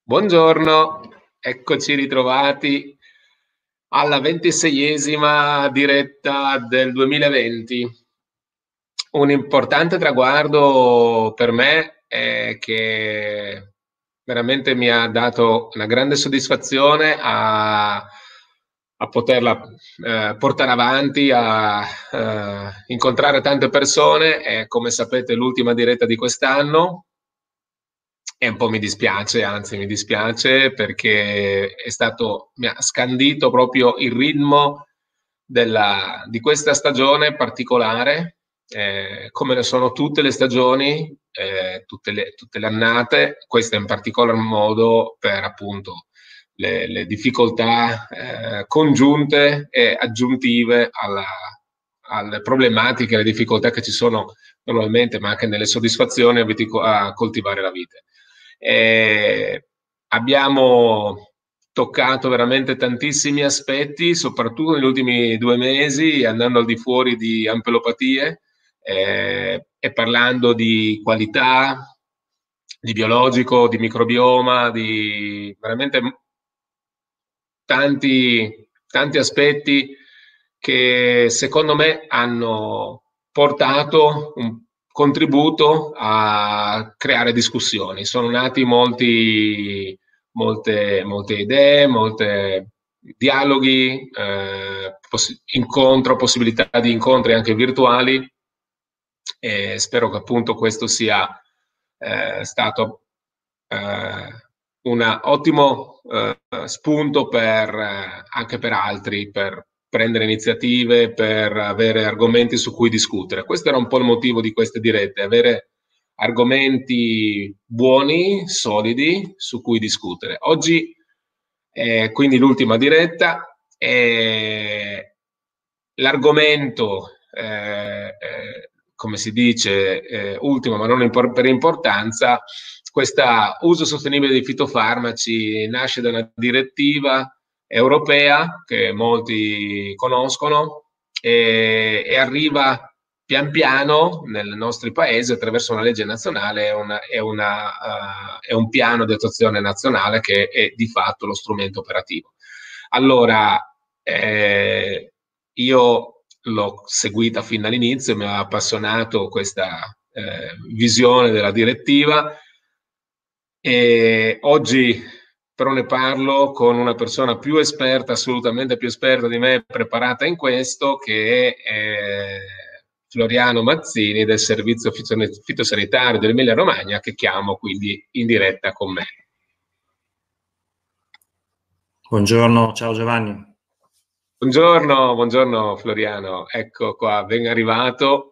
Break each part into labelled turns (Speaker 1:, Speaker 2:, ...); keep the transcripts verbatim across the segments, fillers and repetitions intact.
Speaker 1: Buongiorno, eccoci ritrovati alla ventiseiesima diretta del duemilaventi. Un importante traguardo per me è che veramente mi ha dato una grande soddisfazione a, a poterla eh, portare avanti, a eh, incontrare tante persone. È, come sapete, l'ultima diretta di quest'anno. E un po' mi dispiace, anzi mi dispiace perché è stato, mi ha scandito proprio il ritmo della, di questa stagione particolare, eh, come lo sono tutte le stagioni, eh, tutte le, tutte le annate, questa in particolar modo per appunto le, le difficoltà eh, congiunte e aggiuntive alla, alle problematiche, alle difficoltà che ci sono normalmente, ma anche nelle soddisfazioni a, vitico- a coltivare la vite. Eh, abbiamo toccato veramente tantissimi aspetti, soprattutto negli ultimi due mesi, andando al di fuori di ampelopatie eh, e parlando di qualità, di biologico, di microbioma, di veramente tanti, tanti aspetti che secondo me hanno portato un contributo a creare discussioni. Sono nati molti, molte, molte idee, molti dialoghi, eh, poss- incontro, possibilità di incontri anche virtuali e spero che appunto questo sia eh, stato eh, un ottimo eh, spunto per, eh, anche per altri, per prendere iniziative, per avere argomenti su cui discutere. Questo era un po' il motivo di queste dirette, avere argomenti buoni, solidi, su cui discutere. Oggi è quindi l'ultima diretta e l'argomento, eh, eh, come si dice, eh, ultimo ma non impor- per importanza, questo uso sostenibile dei fitofarmaci nasce da una direttiva europea che molti conoscono e, e arriva pian piano nei nostri paesi attraverso una legge nazionale e, una, e, una, uh, e un piano di attuazione nazionale che è di fatto lo strumento operativo. Allora, eh, io l'ho seguita fin dall'inizio, mi ha appassionato questa eh, visione della direttiva e oggi però ne parlo con una persona più esperta, assolutamente più esperta di me, preparata in questo, che è eh, Floriano Mazzini del Servizio Fitosanitario dell'Emilia Romagna, che chiamo quindi in diretta con me.
Speaker 2: Buongiorno, ciao Giovanni.
Speaker 1: Buongiorno, buongiorno Floriano, ecco qua, ben arrivato.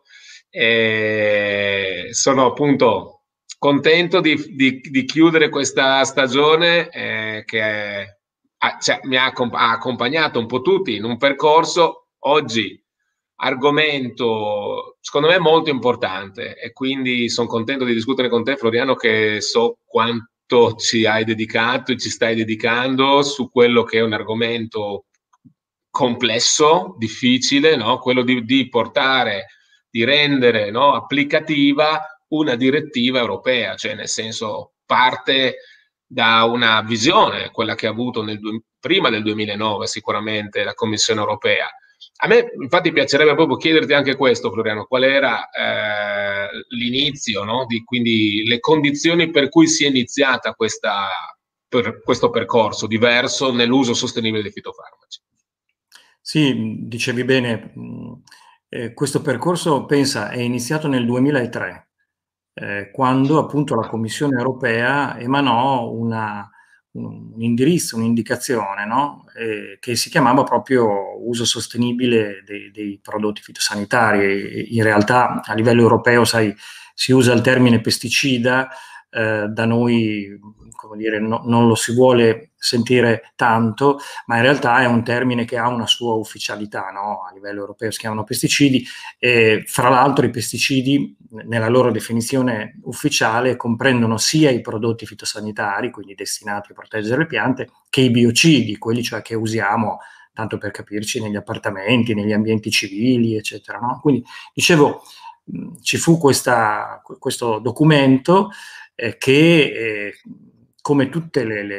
Speaker 1: E sono appunto contento di, di- di chiudere questa stagione eh, che è- ha, cioè, mi ha, accomp- ha accompagnato un po' tutti in un percorso. Oggi argomento secondo me molto importante e quindi sono contento di discutere con te Floriano, che so quanto ci hai dedicato e ci stai dedicando su quello che è un argomento complesso, difficile, no? Quello di, di portare, di rendere, no, applicativa una direttiva europea, cioè nel senso parte da una visione, quella che ha avuto nel, prima del duemilanove sicuramente la Commissione europea. A me infatti piacerebbe proprio chiederti anche questo, Floriano, qual era eh, l'inizio, no? Di, quindi le condizioni per cui si è iniziata questa, per, questo percorso diverso nell'uso sostenibile dei fitofarmaci.
Speaker 2: Sì, dicevi bene, mh, eh, questo percorso, pensa, è iniziato nel duemilatré, eh, quando appunto la Commissione europea emanò una, un, un indirizzo, un'indicazione, no? Eh, che si chiamava proprio uso sostenibile dei, dei prodotti fitosanitari. E in realtà a livello europeo, sai, si usa il termine pesticida, eh, da noi, come dire, no, non lo si vuole sentire tanto, ma in realtà è un termine che ha una sua ufficialità, no? A livello europeo si chiamano pesticidi e fra l'altro i pesticidi nella loro definizione ufficiale comprendono sia i prodotti fitosanitari, quindi destinati a proteggere le piante, che i biocidi, quelli cioè che usiamo, tanto per capirci, negli appartamenti, negli ambienti civili, eccetera, no? Quindi dicevo, mh, ci fu questa, questo documento eh, che eh, come tutti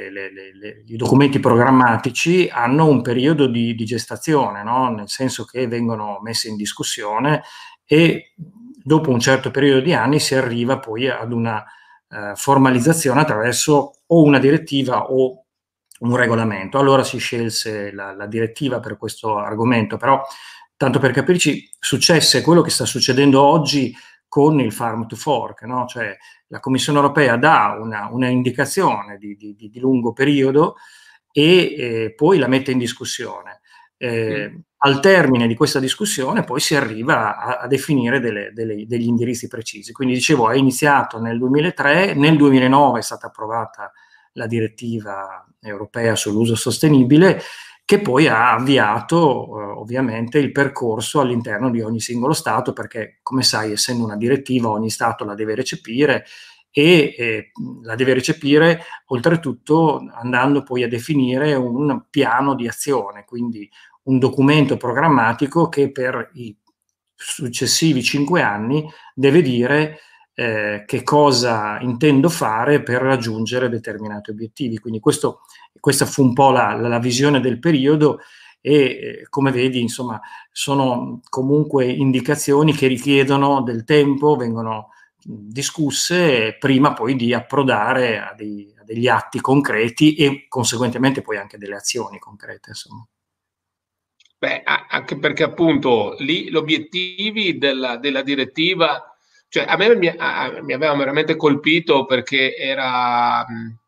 Speaker 2: i documenti programmatici, hanno un periodo di, di gestazione, no? Nel senso che vengono messi in discussione e dopo un certo periodo di anni si arriva poi ad una eh, formalizzazione attraverso o una direttiva o un regolamento. Allora si scelse la, la direttiva per questo argomento, però tanto per capirci, successe quello che sta succedendo oggi con il Farm to Fork, no? Cioè la Commissione europea dà una, una indicazione di, di, di lungo periodo e eh, poi la mette in discussione. Eh, mm. Al termine di questa discussione poi si arriva a, a definire delle, delle, degli indirizzi precisi. Quindi dicevo, è iniziato nel duemilatré, nel duemilanove è stata approvata la direttiva europea sull'uso sostenibile, che poi ha avviato eh, ovviamente il percorso all'interno di ogni singolo Stato, perché come sai, essendo una direttiva, ogni Stato la deve recepire e eh, la deve recepire oltretutto andando poi a definire un piano di azione, quindi un documento programmatico che per i successivi cinque anni deve dire eh, che cosa intendo fare per raggiungere determinati obiettivi. Quindi questo, questa fu un po' la, la visione del periodo e eh, come vedi, insomma, sono comunque indicazioni che richiedono del tempo, vengono discusse prima poi di approdare a, dei, a degli atti concreti e conseguentemente poi anche delle azioni concrete, insomma.
Speaker 1: Beh, anche perché appunto lì gli obiettivi della, della direttiva, cioè a me mi, a, mi aveva veramente colpito perché era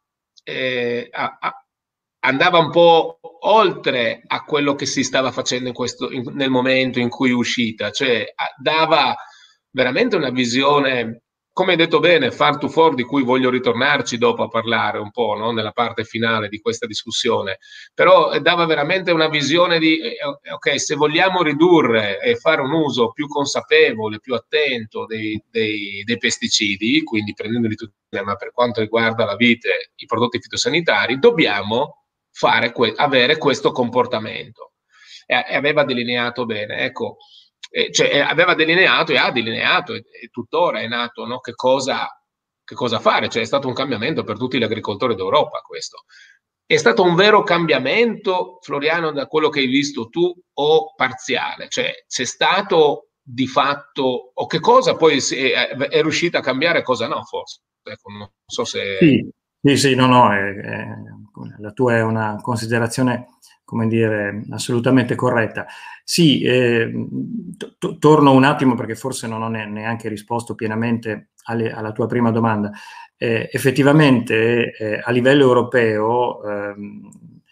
Speaker 1: eh, a, a, andava un po' oltre a quello che si stava facendo in questo, in, nel momento in cui è uscita, cioè dava veramente una visione, come hai detto bene, Farm to Fork, di cui voglio ritornarci dopo a parlare un po', no? Nella parte finale di questa discussione, però dava veramente una visione di, eh, ok, se vogliamo ridurre e fare un uso più consapevole, più attento dei, dei, dei pesticidi, quindi prendendoli tutti, ma per quanto riguarda la vite, i prodotti fitosanitari, dobbiamo fare que- avere questo comportamento. E, e aveva delineato bene, ecco, eh, cioè, aveva delineato e ha delineato e, e tuttora è nato, no? Che cosa, che cosa fare, cioè è stato un cambiamento per tutti gli agricoltori d'Europa questo. È stato un vero cambiamento, Floriano, da quello che hai visto tu o parziale? Cioè c'è stato di fatto, o che cosa poi è, è riuscita a cambiare e cosa no forse? Ecco, non so se...
Speaker 2: Sì, sì, sì, no, no, è, è, la tua è una considerazione, come dire, assolutamente corretta. Sì, eh, to- torno un attimo perché forse non ho ne- neanche risposto pienamente alle, alla tua prima domanda. Eh, effettivamente eh, a livello europeo ehm,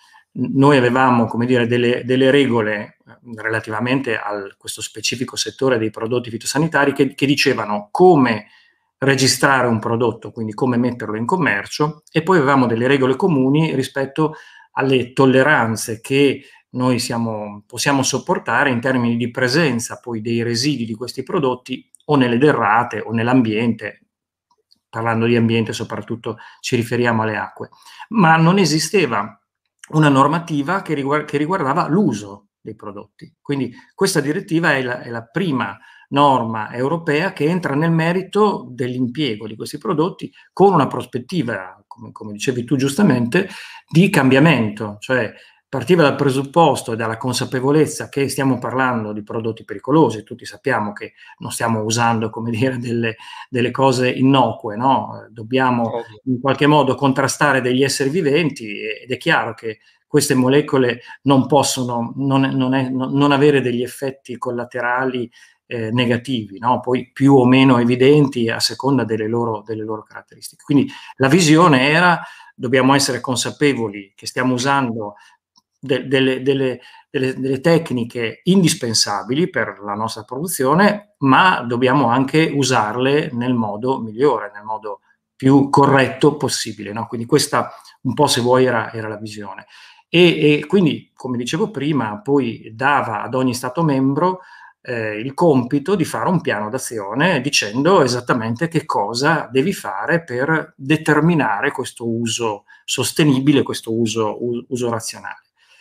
Speaker 2: noi avevamo, come dire, delle, delle regole relativamente a questo specifico settore dei prodotti fitosanitari che, che dicevano come registrare un prodotto, quindi come metterlo in commercio, e poi avevamo delle regole comuni rispetto alle tolleranze che noi siamo, possiamo sopportare in termini di presenza poi dei residui di questi prodotti o nelle derrate o nell'ambiente. Parlando di ambiente soprattutto ci riferiamo alle acque, ma non esisteva una normativa che, riguard- che riguardava l'uso dei prodotti. Quindi questa direttiva è la, è la prima norma europea che entra nel merito dell'impiego di questi prodotti con una prospettiva, come, come dicevi tu giustamente, di cambiamento, cioè partiva dal presupposto e dalla consapevolezza che stiamo parlando di prodotti pericolosi, tutti sappiamo che non stiamo usando, come dire, delle, delle cose innocue, no? Dobbiamo in qualche modo contrastare degli esseri viventi ed è chiaro che queste molecole non possono non, non, è, non avere degli effetti collaterali eh, negativi, no? Poi più o meno evidenti a seconda delle loro, delle loro caratteristiche. Quindi la visione era: dobbiamo essere consapevoli che stiamo usando de, delle, delle, delle, delle tecniche indispensabili per la nostra produzione, ma dobbiamo anche usarle nel modo migliore, nel modo più corretto possibile, no? Quindi questa un po', se vuoi, era, era la visione. E, e quindi, come dicevo prima, poi dava ad ogni Stato membro eh, il compito di fare un piano d'azione dicendo esattamente che cosa devi fare per determinare questo uso sostenibile, questo uso, uso razionale.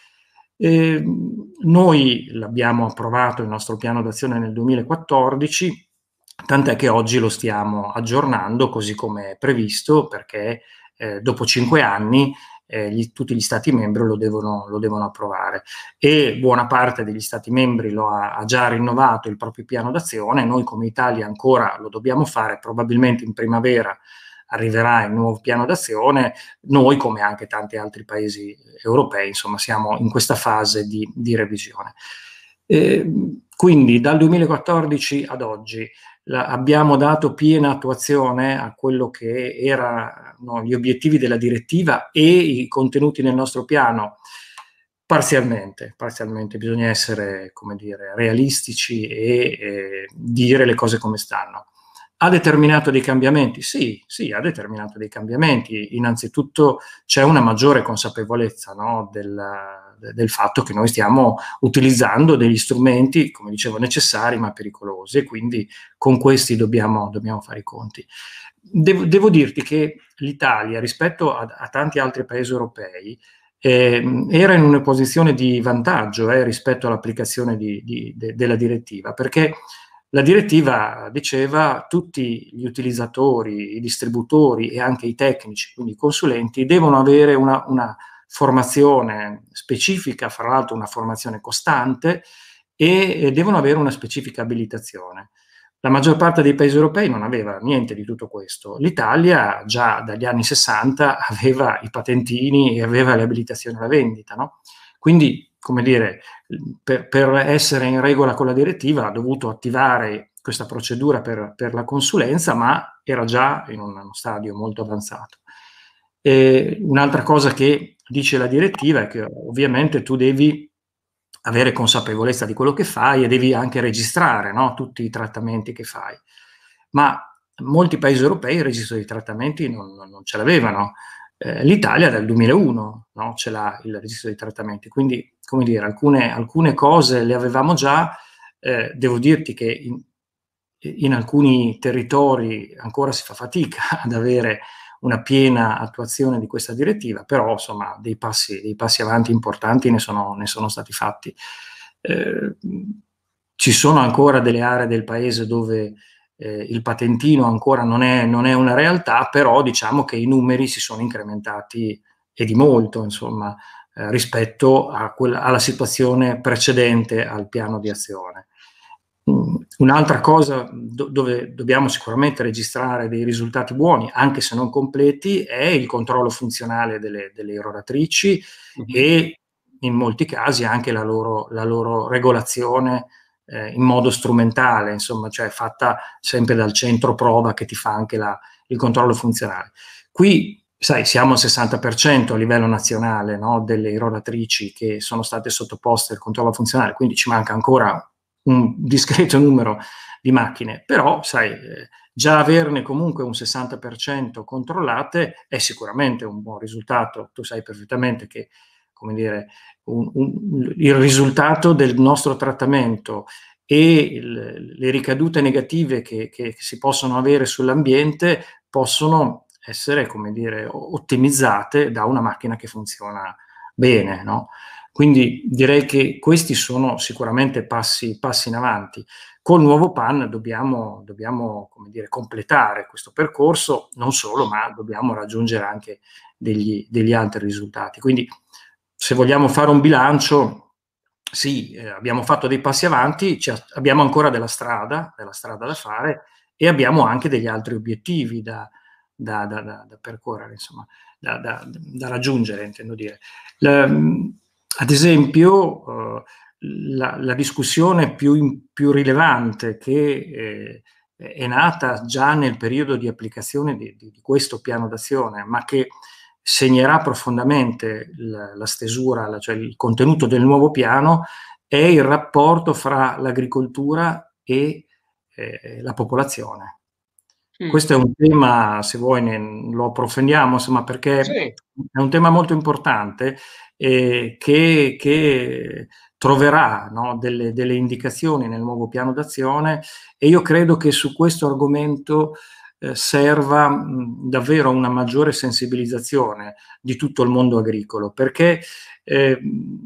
Speaker 2: Eh, noi l'abbiamo approvato il nostro piano d'azione nel duemilaquattordici, tant'è che oggi lo stiamo aggiornando così come è previsto, perché eh, dopo cinque anni eh, gli, tutti gli Stati membri lo devono, lo devono approvare, e buona parte degli Stati membri lo ha, ha già rinnovato il proprio piano d'azione. Noi come Italia ancora lo dobbiamo fare, probabilmente in primavera arriverà il nuovo piano d'azione. Noi, come anche tanti altri paesi europei, insomma, siamo in questa fase di, di revisione. Eh, quindi dal duemilaquattordici ad oggi la, abbiamo dato piena attuazione a quello che erano gli obiettivi della direttiva e i contenuti nel nostro piano. Parzialmente, parzialmente, bisogna essere, come dire, realistici e eh, dire le cose come stanno. Ha determinato dei cambiamenti? Sì, sì, ha determinato dei cambiamenti. Innanzitutto c'è una maggiore consapevolezza, no, del, del fatto che noi stiamo utilizzando degli strumenti, come dicevo, necessari ma pericolosi, e quindi con questi dobbiamo, dobbiamo fare i conti. Devo, devo dirti che l'Italia, rispetto a, a tanti altri paesi europei, eh, era in una posizione di vantaggio eh, rispetto all'applicazione di, di, de, della direttiva, perché la direttiva diceva tutti gli utilizzatori, i distributori e anche i tecnici, quindi i consulenti, devono avere una, una formazione specifica, fra l'altro una formazione costante, e, e devono avere una specifica abilitazione. La maggior parte dei paesi europei non aveva niente di tutto questo. L'Italia già dagli anni sessanta aveva i patentini e aveva le abilitazioni alla vendita, no? Quindi, come dire, per, per essere in regola con la direttiva ha dovuto attivare questa procedura per, per la consulenza, ma era già in uno stadio molto avanzato. E un'altra cosa che dice la direttiva è che ovviamente tu devi avere consapevolezza di quello che fai e devi anche registrare, no, tutti i trattamenti che fai. Ma molti paesi europei il registro dei trattamenti non, non ce l'avevano. Eh, L'Italia dal duemilauno, no, ce l'ha il registro dei trattamenti, quindi, come dire, alcune, alcune cose le avevamo già. Eh, devo dirti che in, in alcuni territori ancora si fa fatica ad avere una piena attuazione di questa direttiva, però insomma dei passi, dei passi avanti importanti ne sono, ne sono stati fatti. Eh, ci sono ancora delle aree del paese dove eh, il patentino ancora non è, non è una realtà, però diciamo che i numeri si sono incrementati e di molto, insomma, eh, rispetto a quella, alla situazione precedente al piano di azione. Un'altra cosa do, dove dobbiamo sicuramente registrare dei risultati buoni, anche se non completi, è il controllo funzionale delle, delle eroratrici uh-huh. e in molti casi anche la loro, la loro regolazione eh, in modo strumentale, insomma, cioè fatta sempre dal centro prova che ti fa anche la, il controllo funzionale. Qui, sai, siamo al sessanta per cento a livello nazionale, no, delle eroratrici che sono state sottoposte al controllo funzionale, quindi ci manca ancora un discreto numero di macchine, però sai, eh, già averne comunque un sessanta per cento controllate è sicuramente un buon risultato. Tu sai perfettamente che, come dire, un, un, il risultato del nostro trattamento e il, le ricadute negative che, che si possono avere sull'ambiente possono essere, come dire, ottimizzate da una macchina che funziona bene, no? Quindi direi che questi sono sicuramente passi, passi in avanti. Col nuovo P A N dobbiamo, dobbiamo come dire, completare questo percorso, non solo, ma dobbiamo raggiungere anche degli, degli altri risultati. Quindi se vogliamo fare un bilancio, sì, eh, abbiamo fatto dei passi avanti, cioè, abbiamo ancora della strada, della strada da fare e abbiamo anche degli altri obiettivi da, da, da, da, da percorrere, insomma, da, da, da raggiungere, intendo dire. La, Ad esempio, eh, la, la discussione più, in, più rilevante che eh, è nata già nel periodo di applicazione di, di, di questo piano d'azione, ma che segnerà profondamente la, la stesura, la, cioè il contenuto del nuovo piano, è il rapporto fra l'agricoltura e eh, la popolazione. Mm. Questo è un tema, se vuoi ne, lo approfondiamo, insomma, perché sì. È un tema molto importante eh, che, che troverà, no, delle, delle indicazioni nel nuovo piano d'azione, e io credo che su questo argomento eh, serva mh, davvero una maggiore sensibilizzazione di tutto il mondo agricolo, perché eh,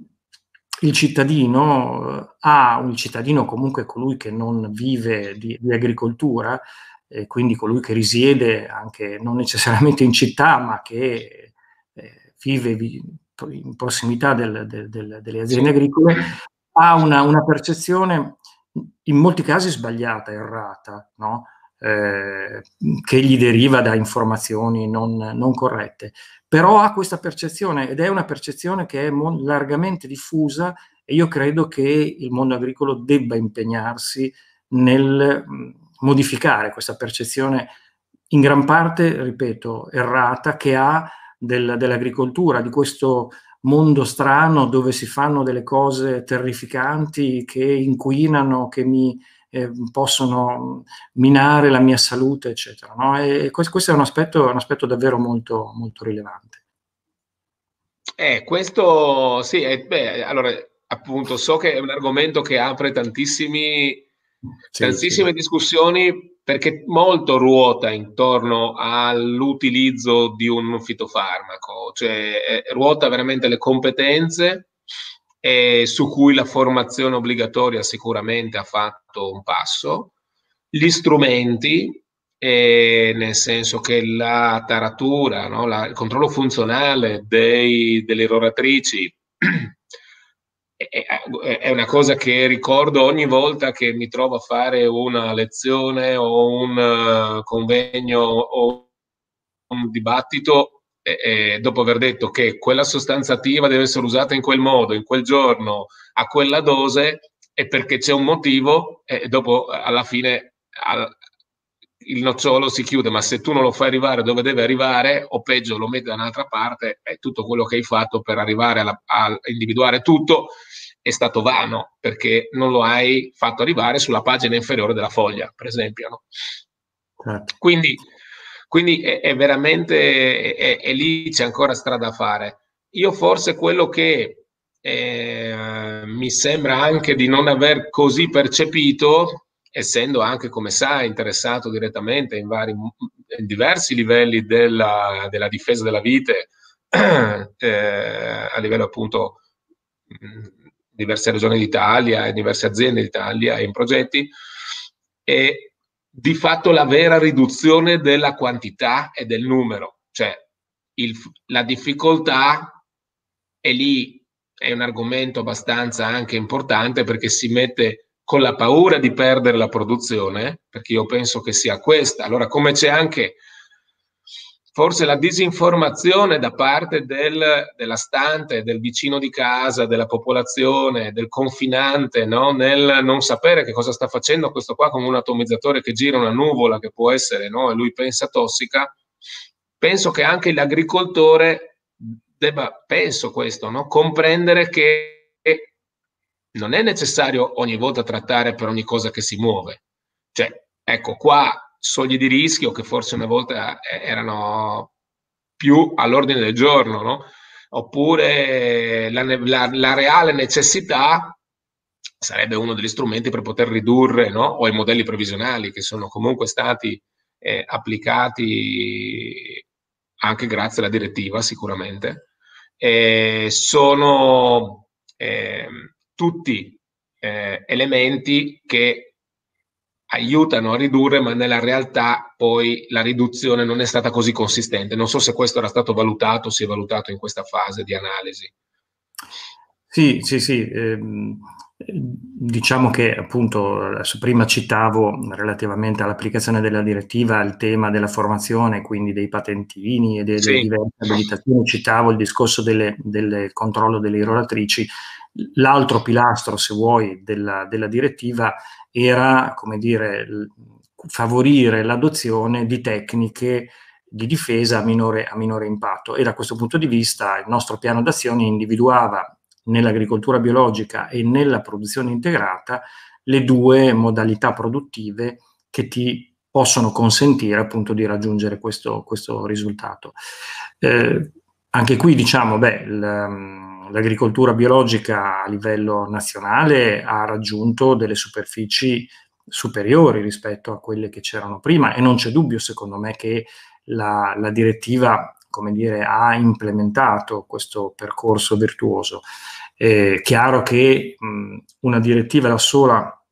Speaker 2: il cittadino ha, un cittadino comunque colui che non vive di, di agricoltura, e quindi colui che risiede anche non necessariamente in città, ma che eh, vive vi, in prossimità del, del, del, delle aziende
Speaker 1: Sì.
Speaker 2: agricole, ha una, una percezione in molti casi sbagliata, errata, no? Eh, che gli deriva da informazioni non, non corrette, però ha questa percezione, ed è una percezione che è mon- largamente diffusa, e io credo che il mondo agricolo debba impegnarsi nel mh, modificare questa percezione in gran parte, ripeto, errata, che ha del, dell'agricoltura, di questo mondo strano dove si fanno delle cose terrificanti che inquinano, che mi eh, possono minare la mia salute, eccetera, no? E questo, questo è un aspetto, un aspetto davvero molto, molto rilevante.
Speaker 1: Eh, questo sì, è, beh, allora appunto so che è un argomento che apre tantissimi,
Speaker 2: Sì, sì.
Speaker 1: tantissime discussioni perché molto ruota intorno all'utilizzo di un fitofarmaco, cioè eh, ruota veramente le competenze eh, su cui la formazione obbligatoria sicuramente ha fatto un passo, gli strumenti, eh, nel senso che la taratura, no? La- il controllo funzionale dei- delle irroratrici è, è una cosa che ricordo ogni volta che mi trovo a fare una lezione o un uh, convegno o un dibattito, e, e dopo aver detto che quella sostanza attiva deve essere usata in quel modo, in quel giorno, a quella dose, è perché c'è un motivo e dopo alla fine al, il nocciolo si chiude, ma se tu non lo fai arrivare dove deve arrivare, o peggio lo metti da un'altra parte, è tutto quello che hai fatto per arrivare alla, a individuare tutto è stato vano, perché non lo hai fatto arrivare sulla pagina inferiore della foglia, per esempio. No?
Speaker 2: Certo.
Speaker 1: Quindi, quindi è, è veramente, è, è lì c'è ancora strada da fare. Io forse quello che eh, mi sembra anche di non aver così percepito, essendo anche, come sai, interessato direttamente in, vari, in diversi livelli della, della difesa della vite, eh, a livello appunto mh, diverse regioni d'Italia e diverse aziende d'Italia e in progetti, e di fatto la vera riduzione della quantità e del numero, cioè il, la difficoltà è lì, è un argomento abbastanza anche importante perché si mette con la paura di perdere la produzione, perché io penso che sia questa. Allora, come c'è anche forse la disinformazione da parte del, della stante, del vicino di casa, della popolazione, del confinante, no? Nel non sapere che cosa sta facendo questo qua con un atomizzatore che gira una nuvola che può essere, no? E lui pensa tossica. Penso che anche l'agricoltore debba, penso questo, no? Comprendere che non è necessario ogni volta trattare per ogni cosa che si muove. Cioè, ecco, qua soglie di rischio che forse una volta erano più all'ordine del giorno, no? Oppure la, la, la reale necessità sarebbe uno degli strumenti per poter ridurre, no? O i modelli previsionali che sono comunque stati eh, applicati anche grazie alla direttiva sicuramente, eh, sono eh, tutti eh, elementi che aiutano a ridurre, ma nella realtà poi la riduzione non è stata così consistente. Non so se questo era stato valutato, si è valutato in questa fase di analisi.
Speaker 2: Sì, sì, sì. Ehm, diciamo che appunto adesso prima citavo relativamente all'applicazione della direttiva il tema della formazione, quindi dei patentini e delle
Speaker 1: Sì.
Speaker 2: diverse abilitazioni, citavo il discorso delle, del controllo delle irroratrici. L'altro pilastro, se vuoi, della, della direttiva era, come dire, favorire l'adozione di tecniche di difesa a minore, a minore impatto, e da questo punto di vista il nostro piano d'azione individuava nell'agricoltura biologica e nella produzione integrata le due modalità produttive che ti possono consentire appunto di raggiungere questo, questo risultato. Eh, anche qui diciamo, beh, l'agricoltura biologica a livello nazionale ha raggiunto delle superfici superiori rispetto a quelle che c'erano prima, e non c'è dubbio secondo me che la, la direttiva, come dire, ha implementato questo percorso virtuoso. È chiaro che mh, una direttiva da sola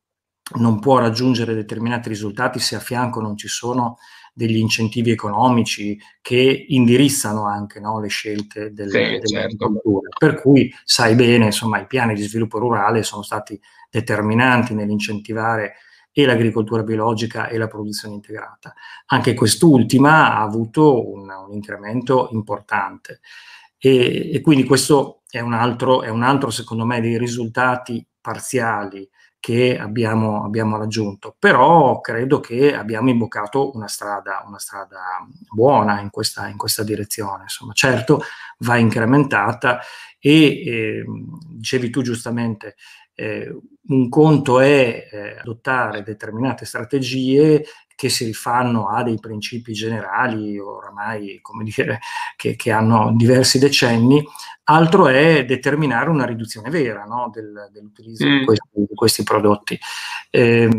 Speaker 2: non può raggiungere determinati risultati se a fianco non ci sono degli incentivi economici che indirizzano anche, no, le scelte del,
Speaker 1: Sì, certo.
Speaker 2: dell'agricoltura. Per cui sai bene, insomma, i piani di sviluppo rurale sono stati determinanti nell'incentivare e l'agricoltura biologica e la produzione integrata. Anche quest'ultima ha avuto un, un incremento importante e, e quindi questo è un, altro, è un altro, secondo me, dei risultati parziali che abbiamo, abbiamo raggiunto, però credo che abbiamo imboccato una strada, una strada buona in questa, in questa direzione. Insomma, certo va incrementata e eh, dicevi tu giustamente, eh, un conto è eh, adottare determinate strategie che si rifanno a dei principi generali oramai, come dire, che, che hanno diversi decenni. Altro è determinare una riduzione vera, no, del, dell'utilizzo mm. di, questi, di questi prodotti. Eh,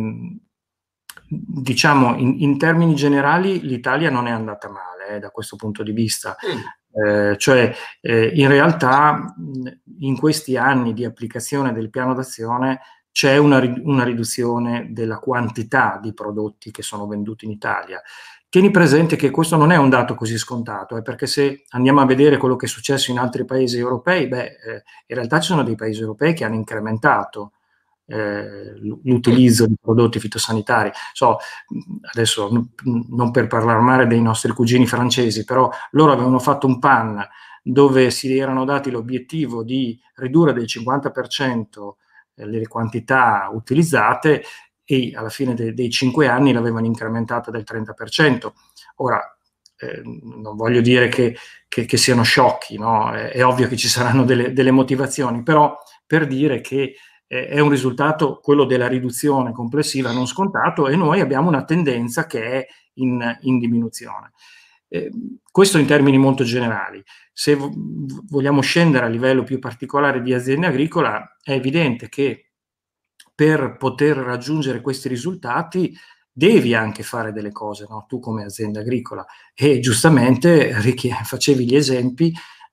Speaker 2: diciamo, in, in termini generali l'Italia non è andata male eh, da questo punto di vista. Mm. Eh, cioè, eh, in realtà in questi anni di applicazione del piano d'azione c'è una, una riduzione della quantità di prodotti che sono venduti in Italia. Tieni presente che questo non è un dato così scontato, eh, perché se andiamo a vedere quello che è successo in altri paesi europei, beh, eh, in realtà ci sono dei paesi europei che hanno incrementato eh, l'utilizzo di prodotti fitosanitari. So, adesso non per parlare male dei nostri cugini francesi, però loro avevano fatto un P A N dove si erano dati l'obiettivo di ridurre del cinquanta per cento le quantità utilizzate e alla fine de- dei cinque anni l'avevano incrementata del trenta per cento. Ora, eh, non voglio dire che, che, che siano sciocchi, no? È, è ovvio che ci saranno delle, delle motivazioni, però per dire che eh, è un risultato, quello della riduzione complessiva, non scontato, e noi abbiamo una tendenza che è in, in diminuzione. Eh, questo in termini molto generali. Se v- vogliamo scendere a livello più particolare di azienda agricola, è evidente che per poter raggiungere questi risultati devi anche fare delle cose, no? Tu come azienda agricola, e giustamente facevi gli esempi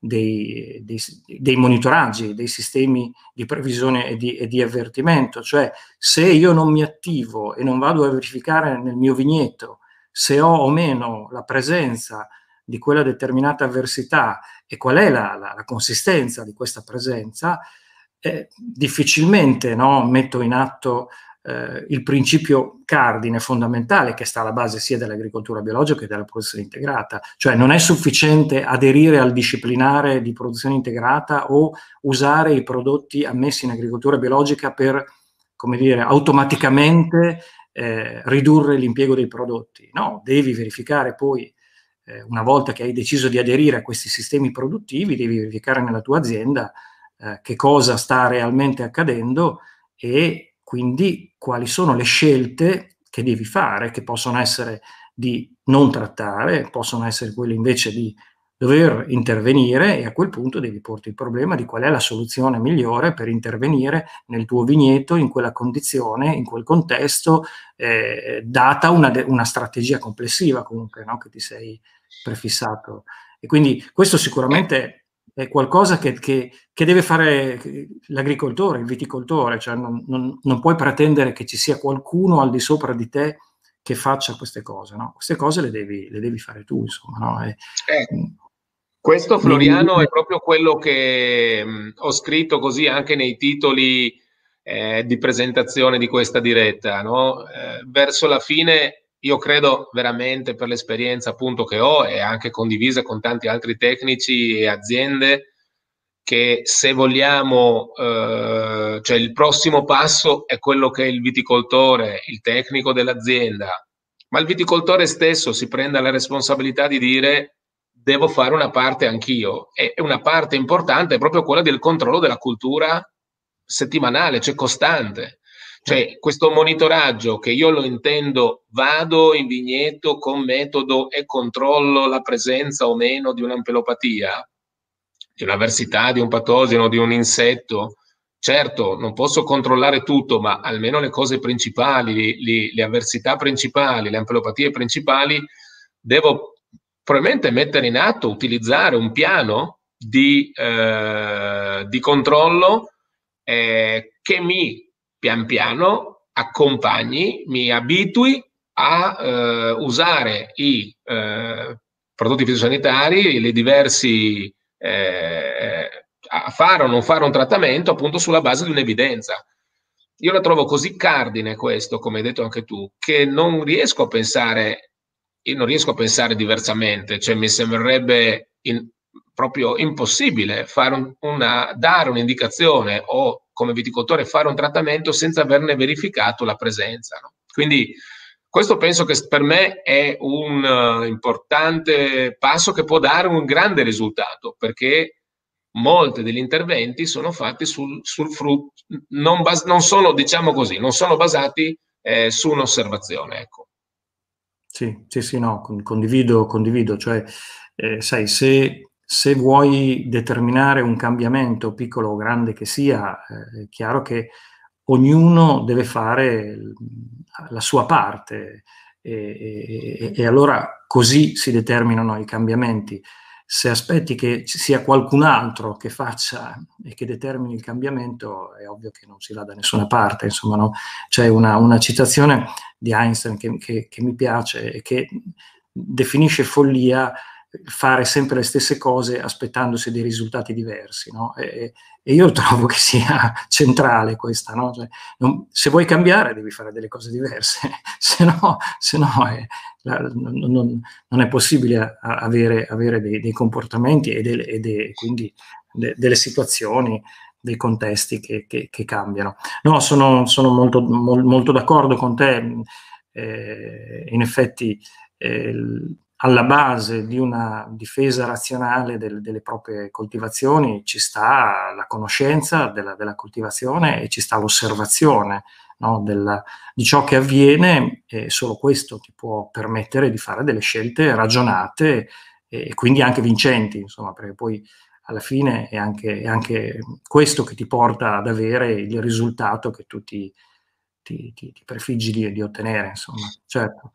Speaker 2: dei, dei, dei monitoraggi, dei sistemi di previsione e di, e di avvertimento, cioè se io non mi attivo e non vado a verificare nel mio vigneto se ho o meno la presenza di quella determinata avversità e qual è la, la, la consistenza di questa presenza, eh, difficilmente, no, metto in atto eh, il principio cardine fondamentale che sta alla base sia dell'agricoltura biologica che della produzione integrata. Cioè non è sufficiente aderire al disciplinare di produzione integrata o usare i prodotti ammessi in agricoltura biologica per, come dire, automaticamente eh, ridurre l'impiego dei prodotti. No, devi verificare poi, eh, una volta che hai deciso di aderire a questi sistemi produttivi, devi verificare nella tua azienda eh, che cosa sta realmente accadendo e quindi quali sono le scelte che devi fare, che possono essere di non trattare, possono essere quelle invece di dover intervenire, e a quel punto devi porti il problema di qual è la soluzione migliore per intervenire nel tuo vigneto, in quella condizione, in quel contesto, eh, data una, una strategia complessiva comunque, no, che ti sei prefissato. E quindi questo sicuramente è qualcosa che, che, che deve fare l'agricoltore, il viticoltore, cioè non, non, non puoi pretendere che ci sia qualcuno al di sopra di te che faccia queste cose, no? Queste cose le devi, le devi fare tu, insomma, no? E,
Speaker 1: eh, questo, Floriano, è proprio quello che mh, ho scritto così anche nei titoli eh, di presentazione di questa diretta, no? Eh, verso la fine io credo veramente, per l'esperienza appunto che ho e anche condivisa con tanti altri tecnici e aziende, che se vogliamo, eh, cioè il prossimo passo è quello che il viticoltore, il tecnico dell'azienda, ma il viticoltore stesso si prenda la responsabilità di dire: devo fare una parte anch'io, e una parte importante è proprio quella del controllo della cultura settimanale, cioè costante. Cioè, questo monitoraggio che io lo intendo, vado in vigneto con metodo e controllo la presenza o meno di un'ampelopatia, di un'avversità, di un patogeno, di un insetto. Certo, non posso controllare tutto, ma almeno le cose principali, le, le avversità principali, le ampelopatie principali, devo probabilmente mettere in atto, utilizzare un piano di, eh, di controllo eh, che mi pian piano accompagni, mi abitui a eh, usare i eh, prodotti fitosanitari, le diversi, eh, a fare o non fare un trattamento appunto sulla base di un'evidenza. Io la trovo così cardine questo, come hai detto anche tu, che non riesco a pensare, io non riesco a pensare diversamente, cioè mi sembrerebbe in, proprio impossibile fare un, una, dare un'indicazione o come viticoltore fare un trattamento senza averne verificato la presenza, no? Quindi questo penso che per me è un uh, importante passo che può dare un grande risultato, perché molti degli interventi sono fatti sul, sul frutto, non, non sono, diciamo così, non sono basati eh, su un'osservazione, ecco.
Speaker 2: Sì, sì, sì, no, condivido, condivido, cioè, eh, sai, se, se vuoi determinare un cambiamento, piccolo o grande che sia, eh, è chiaro che ognuno deve fare la sua parte e, e, e allora così si determinano i cambiamenti. Se aspetti che ci sia qualcun altro che faccia e che determini il cambiamento, è ovvio che non si va da nessuna parte. Insomma, no? C'è una, una citazione di Einstein che, che, che mi piace e che definisce follia fare sempre le stesse cose aspettandosi dei risultati diversi, no? E, e io trovo che sia centrale questa, no? Cioè, non, se vuoi cambiare devi fare delle cose diverse, se no, se no è, la, non, non è possibile a, a avere, avere dei, dei comportamenti e, delle, e de, quindi de, delle situazioni, dei contesti che, che, che cambiano. No, sono, sono molto, mol, molto d'accordo con te. Eh, in effetti eh, alla base di una difesa razionale del, delle proprie coltivazioni ci sta la conoscenza della, della coltivazione e ci sta l'osservazione, no, della, di ciò che avviene, e solo questo ti può permettere di fare delle scelte ragionate e quindi anche vincenti, insomma, perché poi alla fine è anche, è anche questo che ti porta ad avere il risultato che tu ti, ti, ti, ti prefiggi di, di ottenere, insomma, certo.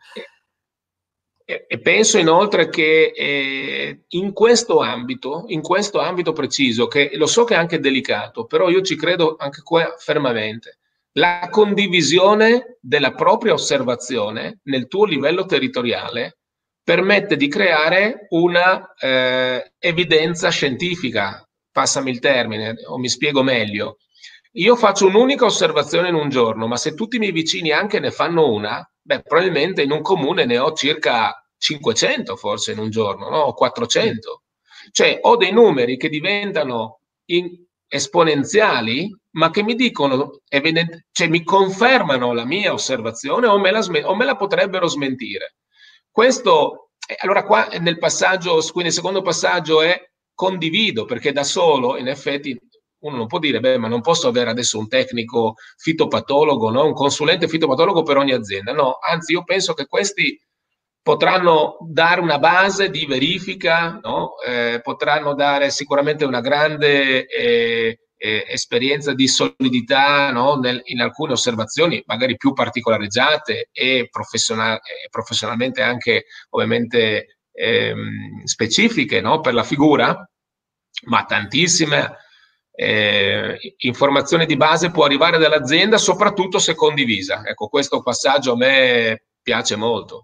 Speaker 1: E penso inoltre che eh, in questo ambito, in questo ambito preciso, che lo so che è anche delicato, però io ci credo anche qua fermamente, la condivisione della propria osservazione nel tuo livello territoriale permette di creare una eh, evidenza scientifica, passami il termine, o mi spiego meglio. Io faccio un'unica osservazione in un giorno, ma se tutti i miei vicini anche ne fanno una, beh, probabilmente in un comune ne ho circa cinquecento forse in un giorno, no? O quattrocento. Cioè ho dei numeri che diventano in esponenziali, ma che mi dicono, cioè mi confermano la mia osservazione o me la, o me la potrebbero smentire. Questo, allora qua nel passaggio, quindi il secondo passaggio è condivido, perché da solo in effetti uno non può dire, beh, ma non posso avere adesso un tecnico fitopatologo, no? Un consulente fitopatologo per ogni azienda. No, anzi io penso che questi potranno dare una base di verifica, no? Eh, potranno dare sicuramente una grande eh, eh, esperienza di solidità, no? Nel, in alcune osservazioni, magari più particolareggiate e professional, eh, professionalmente anche ovviamente ehm, specifiche, no? Per la figura, ma tantissime eh, informazione di base può arrivare dall'azienda, soprattutto se condivisa. Ecco, questo passaggio a me piace molto.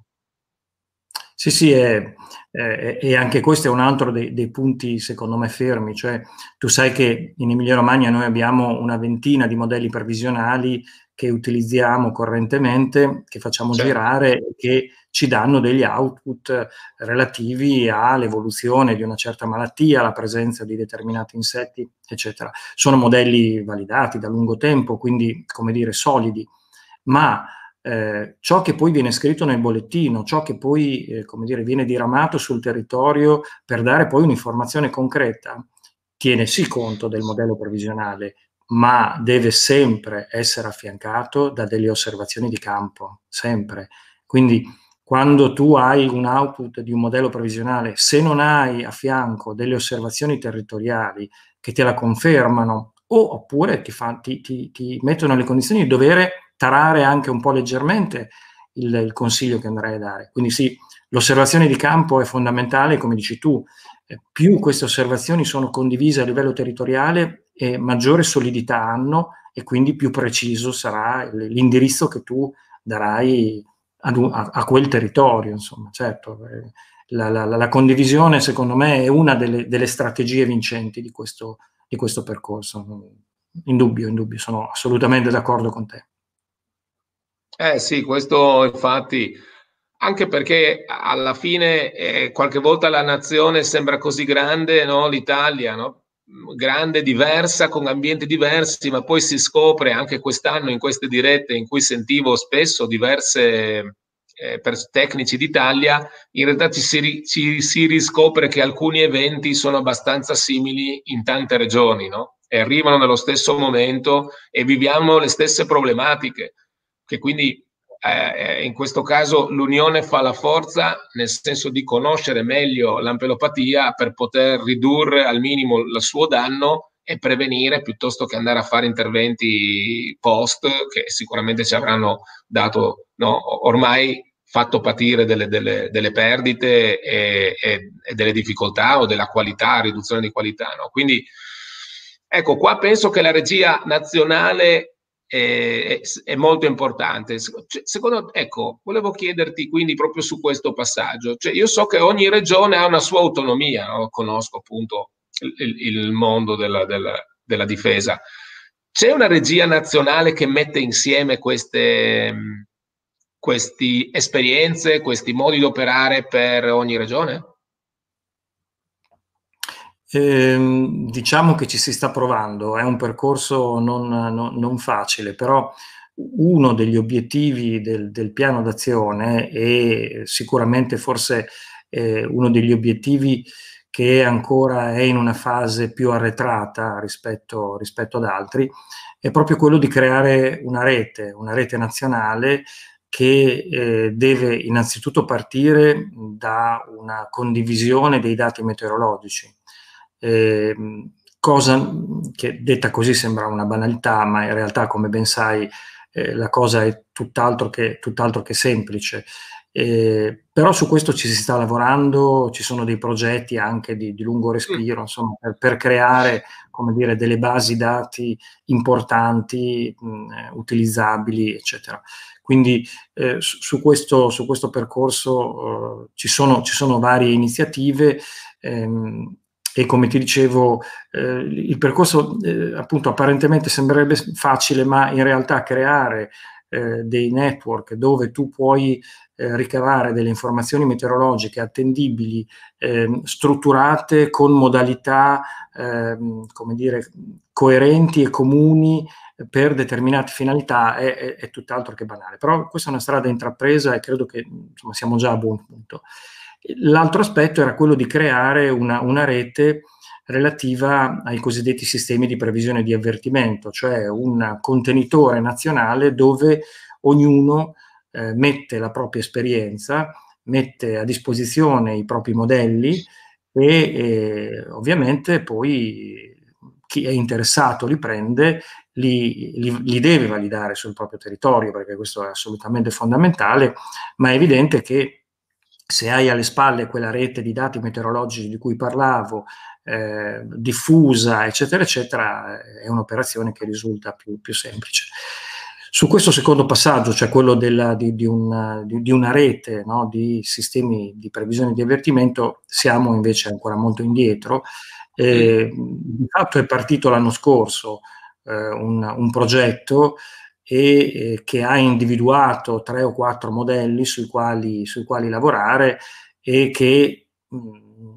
Speaker 2: Sì, sì, è, è, e anche questo è un altro dei, dei punti secondo me fermi, cioè tu sai che in Emilia-Romagna noi abbiamo una ventina di modelli previsionali che utilizziamo correntemente, che facciamo certo. girare e che ci danno degli output relativi all'evoluzione di una certa malattia, alla presenza di determinati insetti, eccetera. Sono modelli validati da lungo tempo, quindi, come dire, solidi, ma Eh, ciò che poi viene scritto nel bollettino, ciò che poi eh, come dire, viene diramato sul territorio per dare poi un'informazione concreta, tiene sì conto del modello previsionale, ma deve sempre essere affiancato da delle osservazioni di campo, sempre. Quindi quando tu hai un output di un modello previsionale, se non hai a fianco delle osservazioni territoriali che te la confermano o oppure ti, fa, ti, ti, ti mettono nelle condizioni di dover tarare anche un po' leggermente il, il consiglio che andrai a dare. Quindi sì, l'osservazione di campo è fondamentale, come dici tu, eh, più queste osservazioni sono condivise a livello territoriale e maggiore solidità hanno, e quindi più preciso sarà l'indirizzo che tu darai ad un, a, a quel territorio, insomma. Certo, eh, la, la, la condivisione secondo me è una delle, delle strategie vincenti di questo, di questo percorso. In dubbio, in dubbio, sono assolutamente d'accordo con te.
Speaker 1: Eh sì, questo infatti, anche perché alla fine eh, qualche volta la nazione sembra così grande, no? L'Italia, no? Grande, diversa, con ambienti diversi, ma poi si scopre anche quest'anno in queste dirette in cui sentivo spesso diverse eh, per tecnici d'Italia, in realtà ci si, ci si riscopre che alcuni eventi sono abbastanza simili in tante regioni, no? E arrivano nello stesso momento e viviamo le stesse problematiche, che quindi eh, in questo caso l'unione fa la forza, nel senso di conoscere meglio l'ampelopatia per poter ridurre al minimo il suo danno e prevenire, piuttosto che andare a fare interventi post che sicuramente ci avranno dato, no, ormai fatto patire delle, delle, delle perdite e, e, e delle difficoltà o della qualità, riduzione di qualità, no? Quindi ecco, qua penso che la regia nazionale è, è molto importante. Secondo, ecco, volevo chiederti quindi proprio su questo passaggio. Cioè, io so che ogni regione ha una sua autonomia, no? Conosco appunto il, il mondo della, della, della difesa. C'è una regia nazionale che mette insieme queste, queste esperienze, questi modi di operare per ogni regione?
Speaker 2: Eh, diciamo che ci si sta provando, è un percorso non, non, non facile, però uno degli obiettivi del, del piano d'azione, e sicuramente forse eh, uno degli obiettivi che ancora è in una fase più arretrata rispetto, rispetto ad altri, è proprio quello di creare una rete, una rete nazionale che eh, deve innanzitutto partire da una condivisione dei dati meteorologici. Eh, cosa che detta così sembra una banalità, ma in realtà, come ben sai, eh, la cosa è tutt'altro che, tutt'altro che semplice. Eh, però su questo ci si sta lavorando, ci sono dei progetti anche di, di lungo respiro, insomma, per, per creare, come dire, delle basi dati importanti, mh, utilizzabili, eccetera. Quindi eh, su, su, questo, su questo percorso eh, ci, sono, ci sono varie iniziative. Ehm, E come ti dicevo, eh, il percorso eh, appunto apparentemente sembrerebbe facile, ma in realtà creare eh, dei network dove tu puoi eh, ricavare delle informazioni meteorologiche attendibili, eh, strutturate con modalità, eh, come dire, coerenti e comuni per determinate finalità, è, è, è tutt'altro che banale. Però questa è una strada intrapresa e credo che insomma, siamo già a buon punto. L'altro aspetto era quello di creare una, una rete relativa ai cosiddetti sistemi di previsione di avvertimento, cioè un contenitore nazionale dove ognuno eh, mette la propria esperienza, mette a disposizione i propri modelli e eh, ovviamente poi chi è interessato li prende, li, li, li deve validare sul proprio territorio, perché questo è assolutamente fondamentale, ma è evidente che se hai alle spalle quella rete di dati meteorologici di cui parlavo, eh, diffusa, eccetera, eccetera, è un'operazione che risulta più, più semplice. Su questo secondo passaggio, cioè quello della, di, di, una, di, di una rete, no, di sistemi di previsione di avvertimento, siamo invece ancora molto indietro. Eh, di fatto è partito l'anno scorso eh, un, un progetto e eh, che ha individuato tre o quattro modelli sui quali, sui quali lavorare e che mh,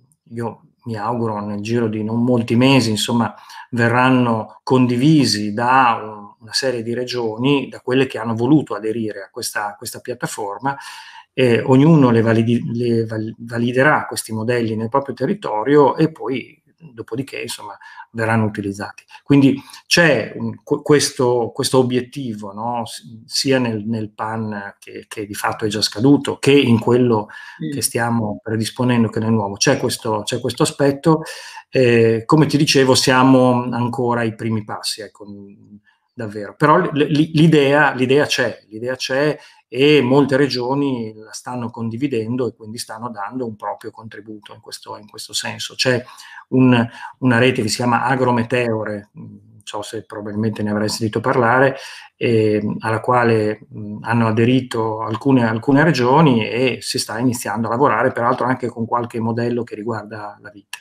Speaker 2: io mi auguro nel giro di non molti mesi, insomma, verranno condivisi da un, una serie di regioni, da quelle che hanno voluto aderire a questa, a questa piattaforma. Eh, ognuno le, validi, le val, validerà questi modelli nel proprio territorio e poi dopodiché insomma verranno utilizzati. Quindi c'è un, questo, questo obiettivo, no? Sia nel, nel P A N che, che di fatto è già scaduto, che in quello mm. che stiamo predisponendo, che nel nuovo. C'è questo, c'è questo aspetto. Eh, come ti dicevo, siamo ancora ai primi passi, ecco, davvero. Però l'idea, l'idea c'è, l'idea c'è e molte regioni la stanno condividendo e quindi stanno dando un proprio contributo in questo, in questo senso. C'è un, una rete che si chiama Agrometeore, non so se probabilmente ne avrei sentito parlare, eh, alla quale mh, hanno aderito alcune, alcune regioni e si sta iniziando a lavorare, peraltro anche con qualche modello che riguarda la vite.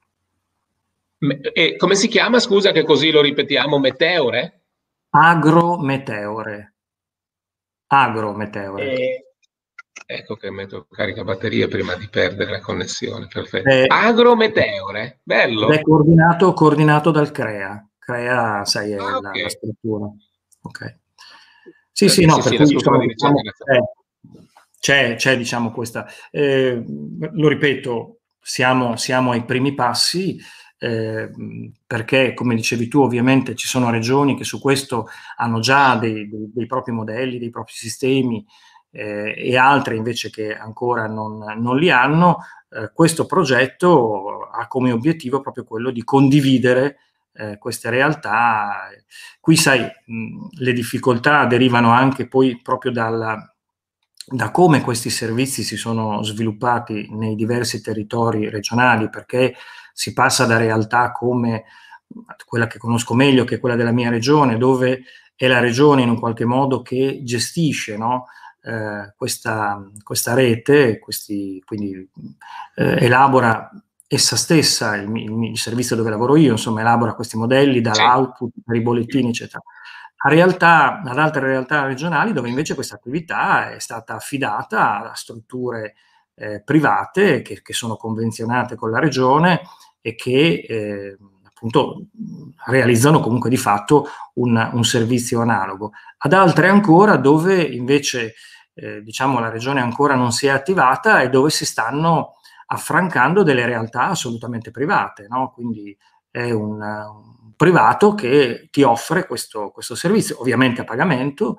Speaker 1: E come si chiama, scusa, che così lo ripetiamo? Meteore?
Speaker 2: Agrometeore. Agrometeore.
Speaker 1: E... Ecco che metto carica batterie prima di perdere la connessione. Perfetto.
Speaker 2: È,
Speaker 1: Agrometeore,
Speaker 2: ed è
Speaker 1: bello.
Speaker 2: coordinato, coordinato dal CREA. CREA, sai, è
Speaker 1: Ah,
Speaker 2: la, la
Speaker 1: ok.
Speaker 2: struttura. Ok. Sì, sì,
Speaker 1: Eh,
Speaker 2: no,
Speaker 1: sì,
Speaker 2: per
Speaker 1: sì, la
Speaker 2: cui
Speaker 1: struttura
Speaker 2: insomma,
Speaker 1: di ricerca
Speaker 2: diciamo,
Speaker 1: nazionale.
Speaker 2: eh, c'è, c'è, diciamo, questa. Eh, lo ripeto, siamo, siamo ai primi passi, eh, perché, come dicevi tu, ovviamente ci sono regioni che su questo hanno già dei, dei, dei propri modelli, dei propri sistemi, eh, e altre invece che ancora non, non li hanno. Eh, questo progetto ha come obiettivo proprio quello di condividere eh, queste realtà. Qui, sai, mh, le difficoltà derivano anche poi proprio dalla, da come questi servizi si sono sviluppati nei diversi territori regionali, perché si passa da realtà come quella che conosco meglio, che è quella della mia regione, dove è la regione in un qualche modo che gestisce, no? eh, questa, questa rete, questi, quindi eh, elabora essa stessa, il, il, il servizio dove lavoro io, insomma, elabora questi modelli
Speaker 1: Sì.
Speaker 2: dall'output per i bollettini, eccetera. A realtà, ad altre realtà regionali dove invece questa attività è stata affidata a strutture eh, private che, che sono convenzionate con la regione e che eh, appunto realizzano comunque di fatto un, un servizio analogo. Ad altre ancora dove invece eh, diciamo la regione ancora non si è attivata e dove si stanno affrancando delle realtà assolutamente private, no? Quindi è un, un privato che ti offre questo, questo servizio, ovviamente a pagamento,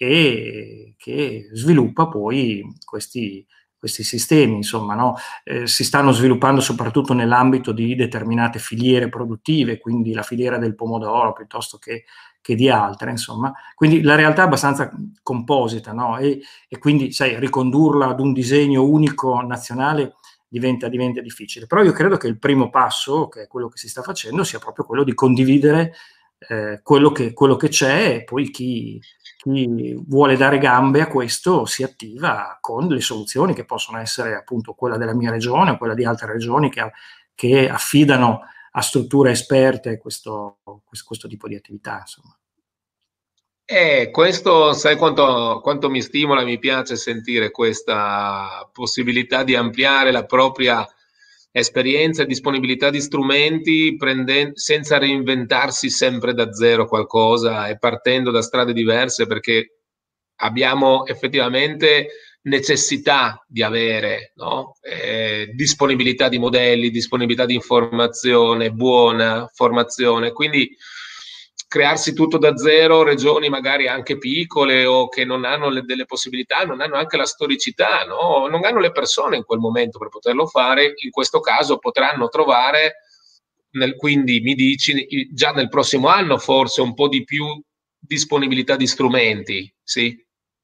Speaker 2: e che sviluppa poi questi, questi sistemi, insomma, no? Eh, si stanno sviluppando soprattutto nell'ambito di determinate filiere produttive, quindi la filiera del pomodoro piuttosto che, che di altre, insomma. Quindi la realtà è abbastanza composita, no? E, e quindi, sai, ricondurla ad un disegno unico nazionale diventa, diventa difficile. Però io credo che il primo passo, che è quello che si sta facendo, sia proprio quello di condividere eh, quello che, quello che c'è, e poi chi, chi vuole dare gambe a questo si attiva con le soluzioni che possono essere appunto quella della mia regione o quella di altre regioni che, che affidano a strutture esperte questo, questo, questo tipo di attività, insomma.
Speaker 1: Eh, questo, sai quanto, quanto mi stimola, mi piace sentire questa possibilità di ampliare la propria esperienza e disponibilità di strumenti prenden- senza reinventarsi sempre da zero qualcosa e partendo da strade diverse, perché abbiamo effettivamente necessità di avere, no? Eh, disponibilità di modelli, disponibilità di informazione, buona formazione. Quindi crearsi tutto da zero, regioni magari anche piccole o che non hanno le, delle possibilità, non hanno anche la storicità, no? Non hanno le persone in quel momento per poterlo fare, in questo caso potranno trovare, nel, quindi mi dici, già nel prossimo anno forse un po' di più disponibilità di strumenti, sì?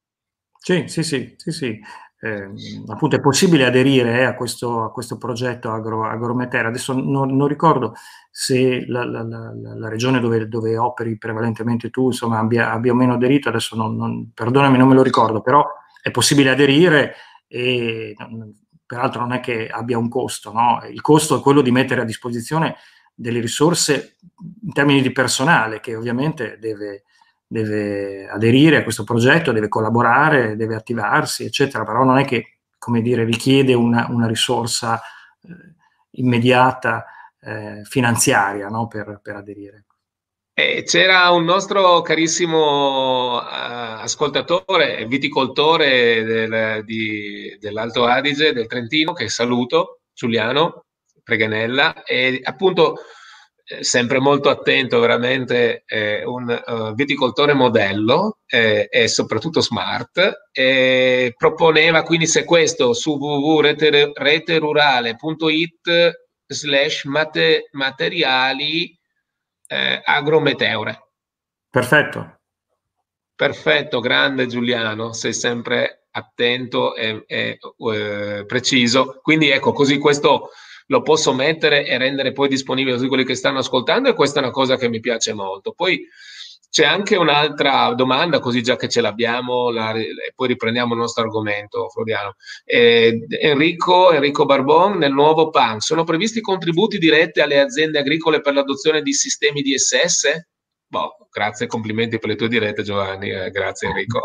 Speaker 2: Sì, sì, sì, sì, sì. Eh, appunto è possibile aderire eh, a questo, a questo progetto Agro, Agrometera. Adesso non, non ricordo se la, la, la, la regione dove, dove operi prevalentemente tu, insomma, abbia, abbia o meno aderito, adesso non, non, perdonami, non me lo ricordo, però è possibile aderire e peraltro non è che abbia un costo, no? Il costo è quello di mettere a disposizione delle risorse in termini di personale che ovviamente deve deve aderire a questo progetto, deve collaborare, deve attivarsi, eccetera, però non è che, come dire, richiede una, una risorsa eh, immediata eh, finanziaria, no, per, per aderire.
Speaker 1: Eh, c'era un nostro carissimo eh, ascoltatore, viticoltore del- di- dell'Alto Adige, del Trentino, che saluto, Giuliano Preganella, e appunto eh, sempre molto attento, veramente eh, un eh, viticoltore modello eh, e soprattutto smart, e proponeva quindi se questo su w w w punto reterurale punto it slash mate- materiali eh, agrometeore.
Speaker 2: Perfetto.
Speaker 1: Perfetto, grande Giuliano, sei sempre attento e, e, eh, preciso. Quindi ecco, così questo lo posso mettere e rendere poi disponibile a tutti quelli che stanno ascoltando e questa è una cosa che mi piace molto. Poi c'è anche un'altra domanda, così già che ce l'abbiamo, la- e poi riprendiamo il nostro argomento, Floriano. Eh, Enrico, Enrico Barbon, nel nuovo P A N, sono previsti contributi diretti alle aziende agricole per l'adozione di sistemi D S S? Boh, grazie, complimenti per le tue dirette, Giovanni. Eh, grazie, Enrico.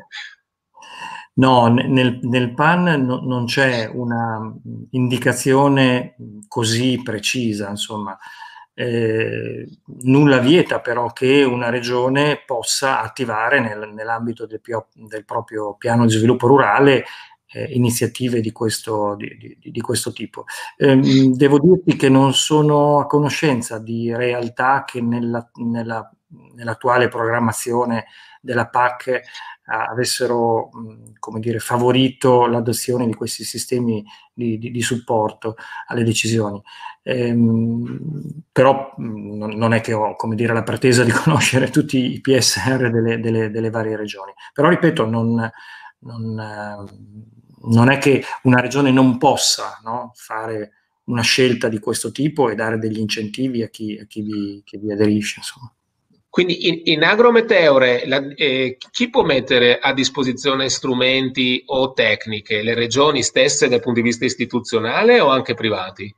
Speaker 2: No, ne- nel, nel P A N no- non c'è una mh, indicazione così precisa, insomma. Eh, nulla vieta però che una regione possa attivare nel- nell'ambito del, pio- del proprio piano di sviluppo rurale eh, iniziative di questo, di- di- di questo tipo. Ehm, devo dirti che non sono a conoscenza di realtà che nella- nella- nell'attuale programmazione della P A C avessero, mh, come dire, favorito l'adozione di questi sistemi di, di- di supporto alle decisioni. Ehm, però mh, non, non è che ho, come dire, la pretesa di conoscere tutti i P S R delle, delle- delle varie regioni. Però, ripeto, non, non, eh, non è che una regione non possa, no, fare una scelta di questo tipo e dare degli incentivi a chi, a chi vi, chi vi aderisce, insomma.
Speaker 1: Quindi in, in Agrometeore la- eh, chi può mettere a disposizione strumenti o tecniche? Le regioni stesse dal punto di vista istituzionale o anche privati?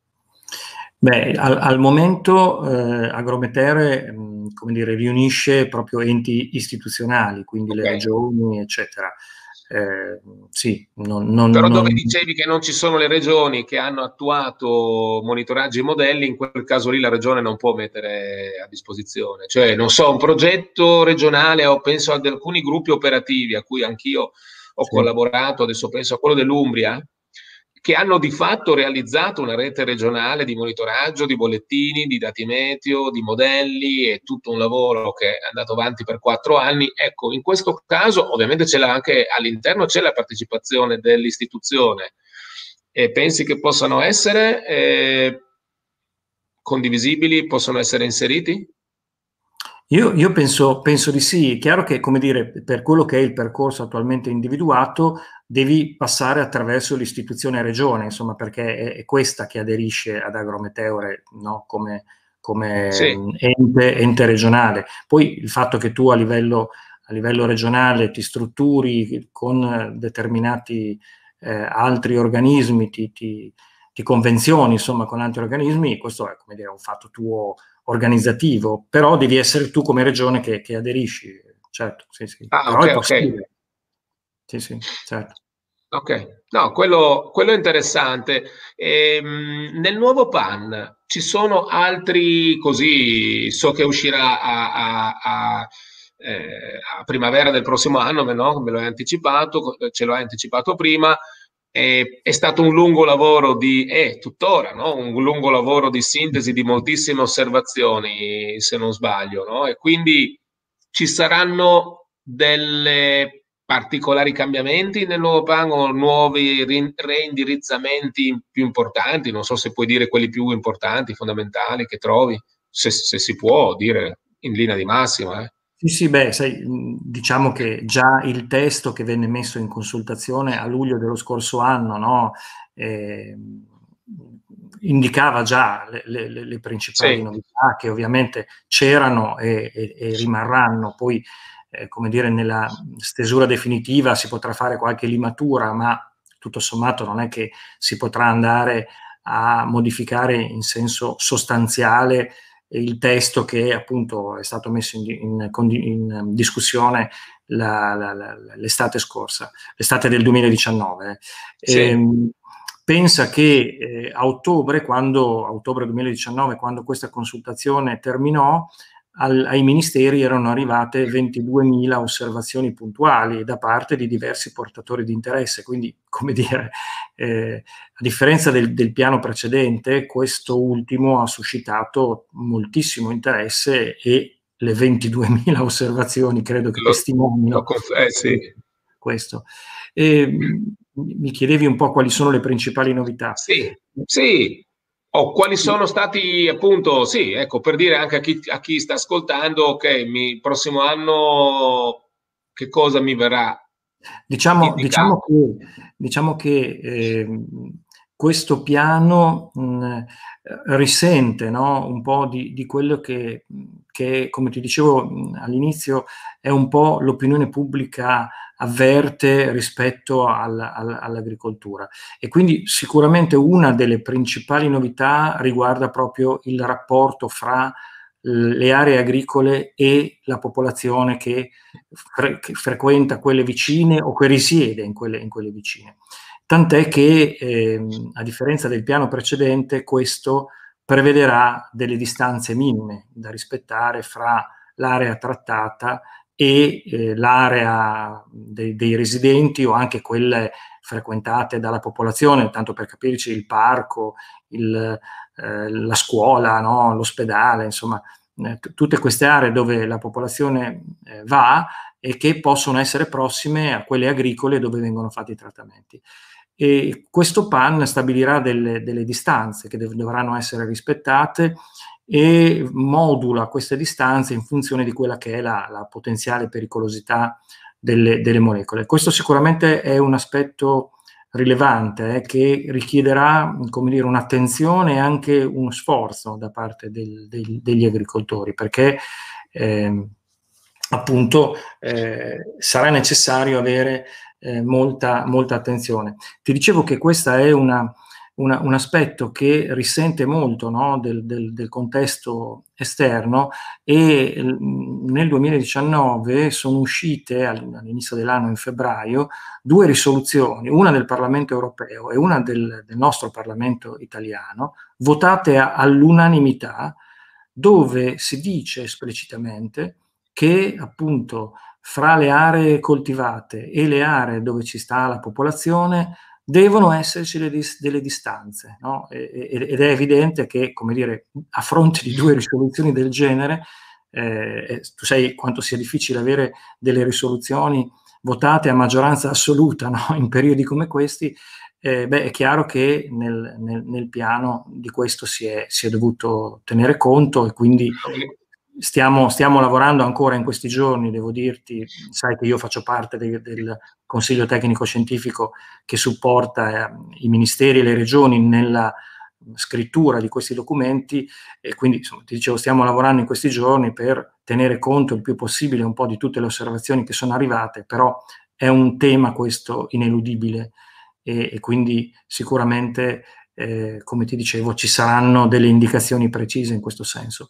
Speaker 2: Beh, al, al momento eh, Agrometere, mh, come dire, riunisce proprio enti istituzionali, quindi
Speaker 1: Ok.
Speaker 2: le regioni, eccetera. Eh, sì, non, non-
Speaker 1: Però dove
Speaker 2: non-
Speaker 1: dicevi che non ci sono le regioni che hanno attuato monitoraggi e modelli, in quel caso lì la regione non può mettere a disposizione. Cioè, non so, un progetto regionale o penso ad alcuni gruppi operativi a cui anch'io ho
Speaker 2: sì.
Speaker 1: collaborato, adesso penso a quello dell'Umbria, che hanno di fatto realizzato una rete regionale di monitoraggio, di bollettini, di dati meteo, di modelli e tutto un lavoro che è andato avanti per quattro anni. Ecco, in questo caso ovviamente c'è la- anche all'interno c'è la partecipazione dell'istituzione. E pensi che possano essere eh, condivisibili, possono essere inseriti?
Speaker 2: Io, io penso, penso di sì. È chiaro che, come dire, per quello che è il percorso attualmente individuato, devi passare attraverso l'istituzione regione, insomma, perché è, è questa che aderisce ad Agrometeore, no? Come, come
Speaker 1: Sì.
Speaker 2: mh, ente, ente regionale. Poi il fatto che tu a livello, a livello regionale ti strutturi con determinati eh, altri organismi, ti, ti, ti convenzioni, insomma, con altri organismi, questo è, come dire, un fatto tuo organizzativo, però devi essere tu come regione che, che aderisci, certo, sì, sì,
Speaker 1: Ah,
Speaker 2: però
Speaker 1: ok,
Speaker 2: è
Speaker 1: ok.
Speaker 2: possibile, sì, sì, certo.
Speaker 1: Ok, no, quello, quello è interessante. Ehm, nel nuovo P A N ci sono altri, così so che uscirà a, a- a, eh, a primavera del prossimo anno, me, no? Me lo hai anticipato, ce lo hai anticipato prima. E- è stato un lungo lavoro di, e tuttora, no? Un lungo lavoro di sintesi di moltissime osservazioni, se non sbaglio, no? E quindi ci saranno delle particolari cambiamenti nel nuovo P A N o nuovi ri- reindirizzamenti più importanti? Non so se puoi dire quelli più importanti, fondamentali che trovi, se, se si può dire in linea di massima. Eh.
Speaker 2: Sì, sì, beh, sai, mh, diciamo che già il testo che venne messo in consultazione a luglio dello scorso anno, no, eh, indicava già le, le- le principali
Speaker 1: Sì,
Speaker 2: novità che ovviamente c'erano e, e- e rimarranno. Poi, eh, come dire, nella stesura definitiva si potrà fare qualche limatura, ma tutto sommato non è che si potrà andare a modificare in senso sostanziale il testo che appunto è stato messo in, in, in discussione la, la, la, l'estate scorsa, l'estate del duemiladiciannove.
Speaker 1: sì.
Speaker 2: E, pensa che eh, a ottobre, quando, a ottobre duemiladiciannove, quando questa consultazione terminò, al, ai ministeri erano arrivate ventiduemila osservazioni puntuali da parte di diversi portatori di interesse, quindi come dire, eh, a differenza del, del piano precedente, questo ultimo ha suscitato moltissimo interesse e le ventiduemila osservazioni credo che
Speaker 1: Lo, lo
Speaker 2: testimonino
Speaker 1: conf- eh, sì.
Speaker 2: questo. E, mi chiedevi un po' quali sono le principali novità.
Speaker 1: Sì, sì. O quali sono stati appunto, sì, ecco, per dire anche a chi, a chi sta ascoltando, ok, mi, il prossimo anno che cosa mi verrà
Speaker 2: Diciamo,
Speaker 1: indicato?
Speaker 2: diciamo che, diciamo che eh, questo piano mh, risente, no, un po' di, di quello che, che, come ti dicevo mh, all'inizio, è un po' l'opinione pubblica avverte rispetto al, al, all'agricoltura. E quindi sicuramente una delle principali novità riguarda proprio il rapporto fra le aree agricole e la popolazione che, fre- che frequenta quelle vicine o che risiede in quelle, in quelle vicine. Tant'è che, ehm, a differenza del piano precedente, questo prevederà delle distanze minime da rispettare fra l'area trattata e eh, l'area dei, dei residenti o anche quelle frequentate dalla popolazione, tanto per capirci il parco, il, eh, la scuola, no? L'ospedale, insomma, eh, t- tutte queste aree dove la popolazione eh, va e che possono essere prossime a quelle agricole dove vengono fatti i trattamenti. E questo P A N stabilirà delle, delle distanze che dov- dovranno essere rispettate e modula queste distanze in funzione di quella che è la, la potenziale pericolosità delle, delle molecole. Questo sicuramente è un aspetto rilevante eh, che richiederà, come dire, un'attenzione e anche uno sforzo da parte del, del, degli agricoltori, perché eh, appunto eh, sarà necessario avere eh, molta, molta attenzione. Ti dicevo che questa è una, una, un aspetto che risente molto, no, del, del, del contesto esterno e mh, nel duemiladiciannove sono uscite all'inizio dell'anno, in febbraio, due risoluzioni, una del Parlamento europeo e una del, del nostro Parlamento italiano, votate a, all'unanimità, dove si dice esplicitamente che appunto fra le aree coltivate e le aree dove ci sta la popolazione devono esserci le dis- delle distanze, no? E- e- ed è evidente che, come dire, a fronte di due risoluzioni del genere, eh, tu sai quanto sia difficile avere delle risoluzioni votate a maggioranza assoluta, no? In periodi come questi, eh, beh, è chiaro che nel, nel, nel piano di questo si è, si è dovuto tenere conto e quindi stiamo, stiamo lavorando ancora in questi giorni, devo dirti, sai che io faccio parte de, del Consiglio Tecnico Scientifico che supporta eh, i ministeri e le regioni nella scrittura di questi documenti e quindi insomma, ti dicevo stiamo lavorando in questi giorni per tenere conto il più possibile un po' di tutte le osservazioni che sono arrivate, però è un tema questo ineludibile e, e quindi sicuramente eh, come ti dicevo ci saranno delle indicazioni precise in questo senso.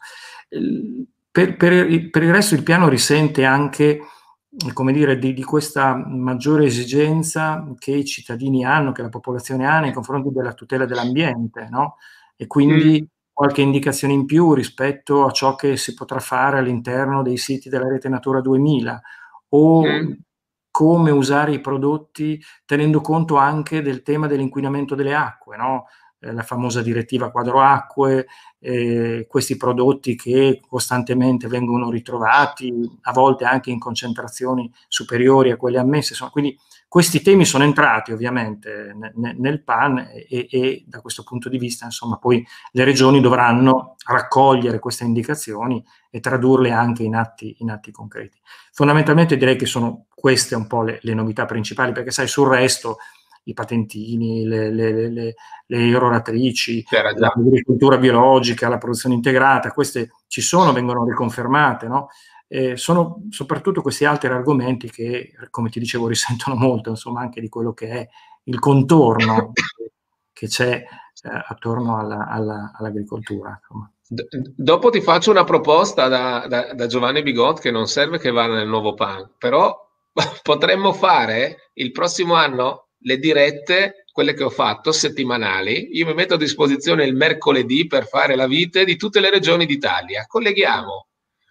Speaker 2: Per, per, per il resto il piano risente anche come dire, di, di questa maggiore esigenza che i cittadini hanno, che la popolazione ha nei confronti della tutela dell'ambiente, no? E quindi
Speaker 1: Mm.
Speaker 2: qualche indicazione in più rispetto a ciò che si potrà fare all'interno dei siti della rete Natura duemila o
Speaker 1: Mm.
Speaker 2: come usare i prodotti tenendo conto anche del tema dell'inquinamento delle acque, no? Eh, la famosa direttiva quadro acque, eh, questi prodotti che costantemente vengono ritrovati, a volte anche in concentrazioni superiori a quelle ammesse. Insomma, quindi questi temi sono entrati ovviamente nel, nel P A N e, e da questo punto di vista, insomma, poi le regioni dovranno raccogliere queste indicazioni e tradurle anche in atti, in atti concreti. Fondamentalmente direi che sono queste un po' le, le novità principali, perché sai, sul resto i patentini, le, le, le, le aeroratrici, l'agricoltura biologica, la produzione integrata, queste ci sono, vengono riconfermate, no? Eh, sono soprattutto questi altri argomenti che, come ti dicevo, risentono molto, insomma, anche di quello che è il contorno che c'è eh, attorno alla, alla, all'agricoltura. Insomma.
Speaker 1: D- dopo ti faccio una proposta da, da- da Giovanni Bigot che non serve che vada nel nuovo P A N, però potremmo fare il prossimo anno le dirette, quelle che ho fatto, settimanali. Io mi metto a disposizione il mercoledì per fare la vite di tutte le regioni d'Italia. Colleghiamo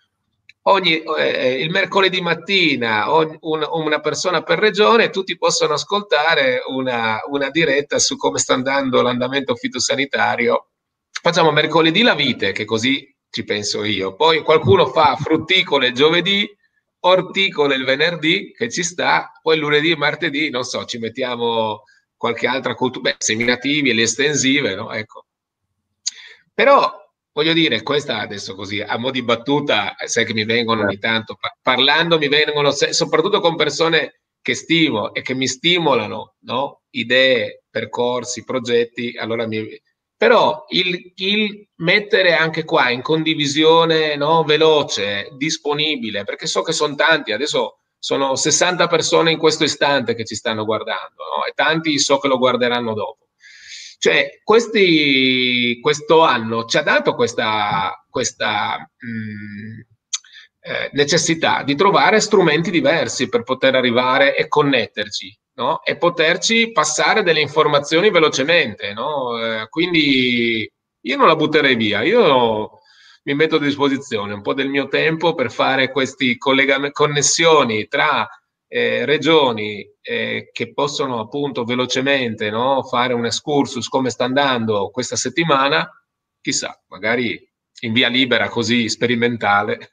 Speaker 1: ogni, eh, il mercoledì mattina ogni, un, una persona per regione, tutti possono ascoltare una, una diretta su come sta andando l'andamento fitosanitario. Facciamo mercoledì la vite, che così ci penso io. Poi qualcuno fa frutticole il giovedì, orticole il venerdì, che ci sta. Poi lunedì e martedì, non so, ci mettiamo qualche altra cultura, beh, seminativi e le estensive, no? Ecco. Però voglio dire, questa adesso così, a mo' di battuta, sai che mi vengono ogni
Speaker 2: Certo.
Speaker 1: tanto, pa- parlando mi vengono, se- soprattutto con persone che stimo e che mi stimolano, no? Idee, percorsi, progetti, allora mi... Però il, il mettere anche qua in condivisione, no? Veloce, disponibile, perché so che sono tanti, adesso sono sessanta persone in questo istante che ci stanno guardando, no? E tanti so che lo guarderanno dopo. Cioè, questi, questo anno ci ha dato questa, questa mh, eh, necessità di trovare strumenti diversi per poter arrivare e connetterci, no? E poterci passare delle informazioni velocemente, no? Eh, quindi io non la butterei via, io mi metto a disposizione un po' del mio tempo per fare queste connessioni tra eh, regioni eh, che possono appunto velocemente, no, fare un excursus come sta andando questa settimana, chissà, magari in via libera così sperimentale.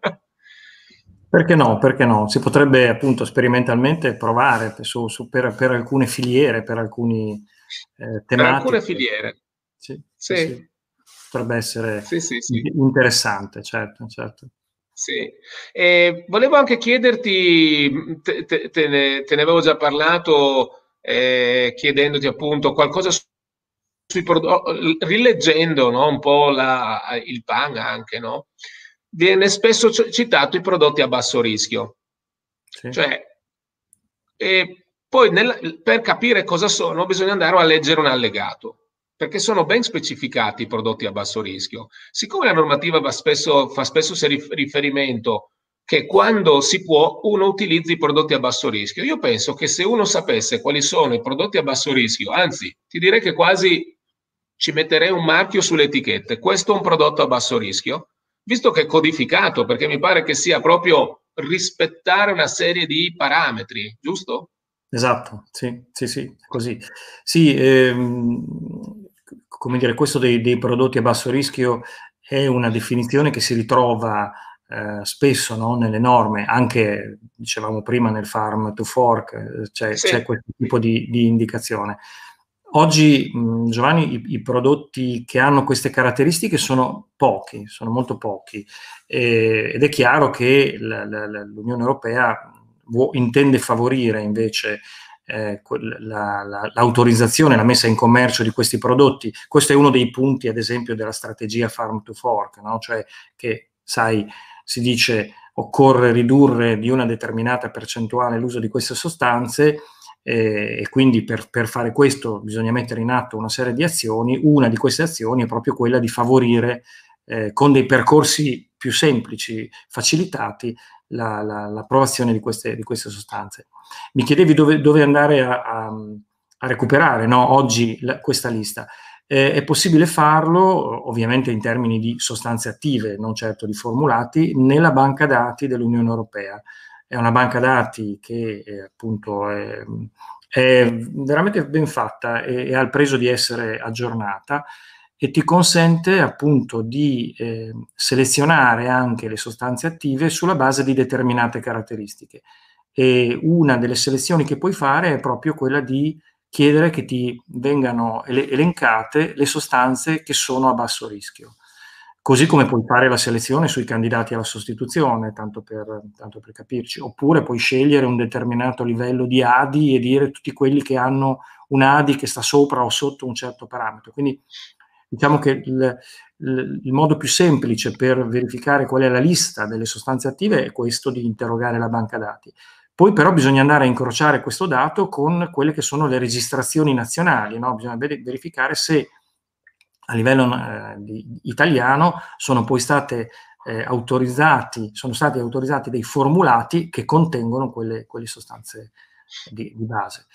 Speaker 2: Perché no? Perché no? Si potrebbe appunto sperimentalmente provare per, su, su- per, per alcune filiere, per alcune eh,
Speaker 1: Per alcune
Speaker 2: tematiche.
Speaker 1: filiere.
Speaker 2: Sì, sì,
Speaker 1: Sì,
Speaker 2: sì. Potrebbe essere
Speaker 1: sì, sì,
Speaker 2: in-
Speaker 1: sì.
Speaker 2: interessante, certo, certo.
Speaker 1: Sì. E volevo anche chiederti, te, te- te ne, te ne avevo già parlato, eh, chiedendoti appunto qualcosa su- sui prodotti, rileggendo, no, un po' la- il P A N anche, no? Viene spesso c- citato i prodotti a basso rischio.
Speaker 2: Sì.
Speaker 1: Cioè, e poi nel- per capire cosa sono bisogna andare a leggere un allegato, perché sono ben specificati i prodotti a basso rischio. Siccome la normativa va spesso, fa spesso se rif- riferimento che quando si può uno utilizzi i prodotti a basso rischio, io penso che se uno sapesse quali sono i prodotti a basso rischio, anzi ti direi che quasi ci metterei un marchio sulle etichette, questo è un prodotto a basso rischio, visto che è codificato, perché mi pare che sia proprio rispettare una serie di parametri, giusto?
Speaker 2: Esatto, sì, sì, sì, così. Sì, ehm, come dire, questo dei, dei prodotti a basso rischio è una definizione che si ritrova eh, spesso, no, nelle norme, anche, dicevamo prima, nel Farm to Fork, eh, c'è,
Speaker 1: Sì,
Speaker 2: c'è questo tipo di, di indicazione. Oggi, mh, Giovanni, i, i prodotti che hanno queste caratteristiche sono pochi, sono molto pochi, e- ed è chiaro che la- la- la- l'Unione Europea vuo- intende favorire invece eh, quel- la- la- l'autorizzazione, la messa in commercio di questi prodotti. Questo è uno dei punti, ad esempio, della strategia Farm to Fork, no? Cioè che, sai, si dice occorre ridurre di una determinata percentuale l'uso di queste sostanze eh, e quindi per, per fare questo bisogna mettere in atto una serie di azioni. Una di queste azioni è proprio quella di favorire eh, con dei percorsi più semplici, facilitati, la, la, l'approvazione di queste, di queste sostanze. Mi chiedevi dove, dove andare a, a, a recuperare, no, oggi la, questa lista. Eh, è possibile farlo, ovviamente in termini di sostanze attive, non certo di formulati, nella banca dati dell'Unione Europea. È una banca dati che eh, appunto è, è veramente ben fatta e, e ha il pregio di essere aggiornata e ti consente appunto di eh, selezionare anche le sostanze attive sulla base di determinate caratteristiche. E una delle selezioni che puoi fare è proprio quella di chiedere che ti vengano ele- elencate le sostanze che sono a basso rischio. Così come puoi fare la selezione sui candidati alla sostituzione, tanto per, tanto per capirci, oppure puoi scegliere un determinato livello di A D I e dire tutti quelli che hanno un A D I che sta sopra o sotto un certo parametro. Quindi diciamo che il, il, il modo più semplice per verificare qual è la lista delle sostanze attive è questo di interrogare la banca dati. Poi però bisogna andare a incrociare questo dato con quelle che sono le registrazioni nazionali, no? Bisogna verificare se a livello eh, di, italiano sono poi state eh, autorizzati, sono stati autorizzati dei formulati che contengono quelle, quelle sostanze di, di base.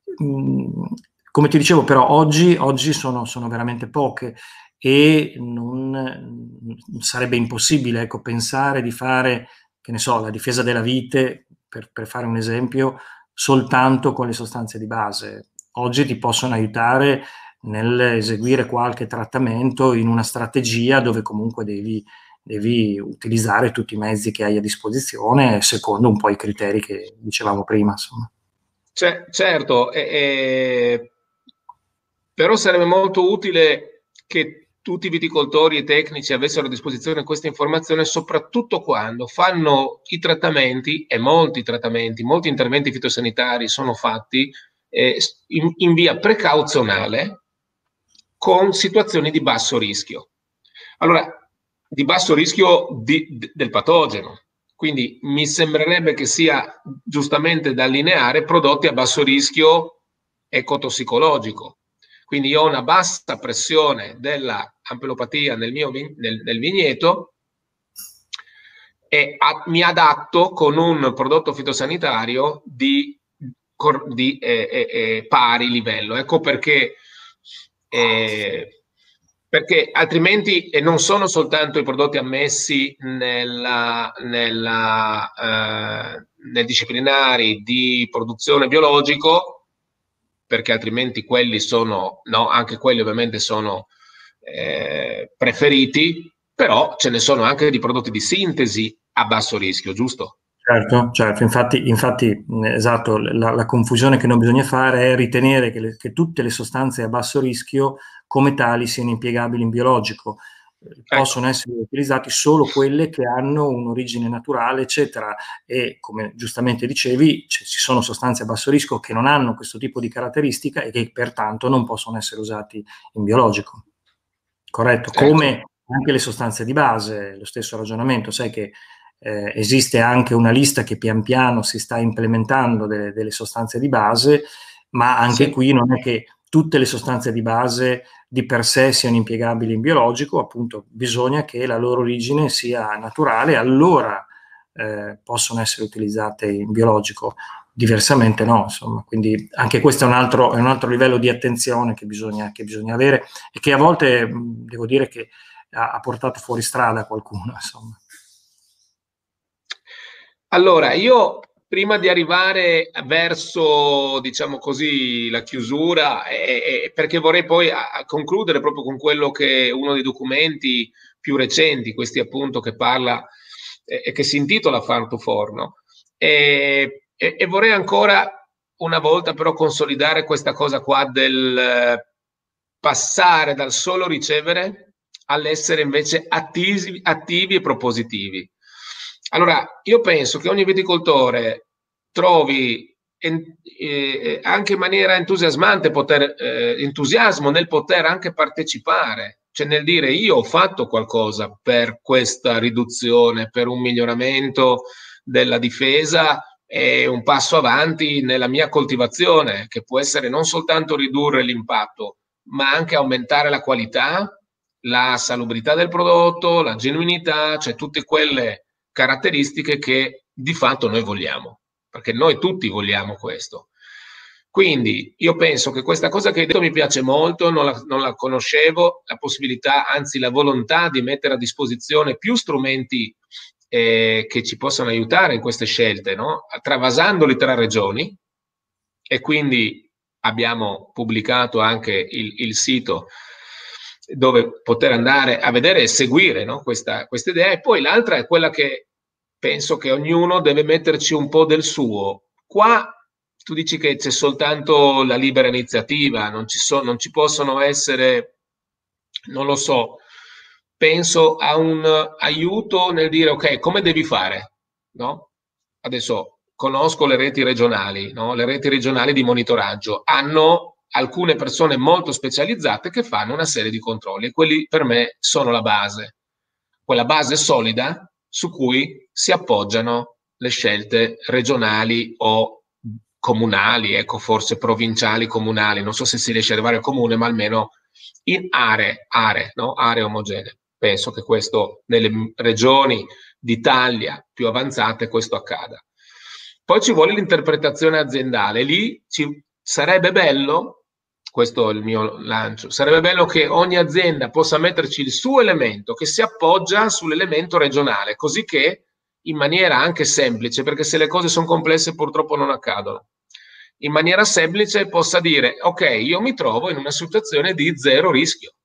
Speaker 2: Mm, come ti dicevo, però, oggi, oggi sono, sono veramente poche e non, non sarebbe impossibile, ecco, pensare di fare, che ne so, la difesa della vite, per, per fare un esempio, soltanto con le sostanze di base. Oggi ti possono aiutare nell'eseguire qualche trattamento in una strategia dove comunque devi, devi utilizzare tutti i mezzi che hai a disposizione secondo un po' i criteri che dicevamo prima, insomma.
Speaker 1: Cioè, certo, eh, eh, però sarebbe molto utile che tutti i viticoltori e tecnici avessero a disposizione questa informazione, soprattutto quando fanno i trattamenti, e molti trattamenti, molti interventi fitosanitari sono fatti eh, in, in via precauzionale con situazioni di basso rischio. Allora, di basso rischio di, di, del patogeno. Quindi mi sembrerebbe che sia giustamente da allineare prodotti a basso rischio ecotossicologico. Quindi io ho una bassa pressione della ampelopatia nel mio nel, nel vigneto e a, mi adatto con un prodotto fitosanitario di, di eh, eh, pari livello. Ecco perché eh, perché altrimenti eh, non sono soltanto i prodotti ammessi nella, nella, eh, nei disciplinari di produzione biologico, perché altrimenti quelli sono, no, anche quelli ovviamente sono eh, preferiti, però ce ne sono anche di prodotti di sintesi a basso rischio, giusto?
Speaker 2: Certo, certo, infatti, infatti esatto, la, la confusione che non bisogna fare è ritenere che, le, che tutte le sostanze a basso rischio come tali siano impiegabili in biologico. Possono ecco. essere utilizzati solo quelle che hanno un'origine naturale, eccetera, e come giustamente dicevi, cioè, ci sono sostanze a basso rischio che non hanno questo tipo di caratteristica e che pertanto non possono essere usati in biologico. Corretto, certo. Come anche le sostanze di base, lo stesso ragionamento, sai che Eh, esiste anche una lista che pian piano si sta implementando delle, delle sostanze di base, ma anche sì. qui non è che tutte le sostanze di base di per sé siano impiegabili in biologico, appunto bisogna che la loro origine sia naturale, allora eh, possono essere utilizzate in biologico, diversamente no, insomma, quindi anche questo è un altro, è un altro livello di attenzione che bisogna, che bisogna avere e che a volte mh, devo dire che ha, ha portato fuori strada qualcuno, insomma.
Speaker 1: Allora, io prima di arrivare verso, diciamo così, la chiusura, e, e perché vorrei poi a, a concludere proprio con quello che è uno dei documenti più recenti, questi appunto che parla e eh, che si intitola Farm to Forno, e, e, e vorrei ancora una volta però consolidare questa cosa qua del eh, passare dal solo ricevere all'essere invece attivi, attivi e propositivi. Allora, io penso che ogni viticoltore trovi en, eh, anche in maniera entusiasmante poter, eh, entusiasmo nel poter anche partecipare, cioè nel dire io ho fatto qualcosa per questa riduzione, per un miglioramento della difesa e un passo avanti nella mia coltivazione, che può essere non soltanto ridurre l'impatto, ma anche aumentare la qualità, la salubrità del prodotto, la genuinità, cioè tutte quelle caratteristiche che di fatto noi vogliamo, perché noi tutti vogliamo questo. Quindi io penso che questa cosa che hai detto mi piace molto, non la, non la conoscevo, la possibilità, anzi la volontà di mettere a disposizione più strumenti eh, che ci possano aiutare in queste scelte, no? Travasandoli tra regioni, e quindi abbiamo pubblicato anche il, il sito dove poter andare a vedere e seguire, no? questa, questa idea. E poi l'altra è quella che penso che ognuno deve metterci un po' del suo. Qua tu dici che c'è soltanto la libera iniziativa, non ci, so, non ci possono essere, non lo so, penso a un aiuto nel dire ok, come devi fare? No? Adesso conosco le reti regionali, no? Le reti regionali di monitoraggio hanno alcune persone molto specializzate che fanno una serie di controlli e quelli per me sono la base, quella base solida su cui si appoggiano le scelte regionali o comunali, ecco, forse provinciali, comunali, non so se si riesce ad arrivare al comune, ma almeno in aree, aree, no? Aree omogenee. Penso che questo nelle regioni d'Italia più avanzate questo accada. Poi ci vuole l'interpretazione aziendale, lì ci sarebbe bello, questo è il mio lancio, sarebbe bello che ogni azienda possa metterci il suo elemento che si appoggia sull'elemento regionale, così che in maniera anche semplice, perché se le cose sono complesse purtroppo non accadono, in maniera semplice possa dire ok, io mi trovo in una situazione di zero rischio,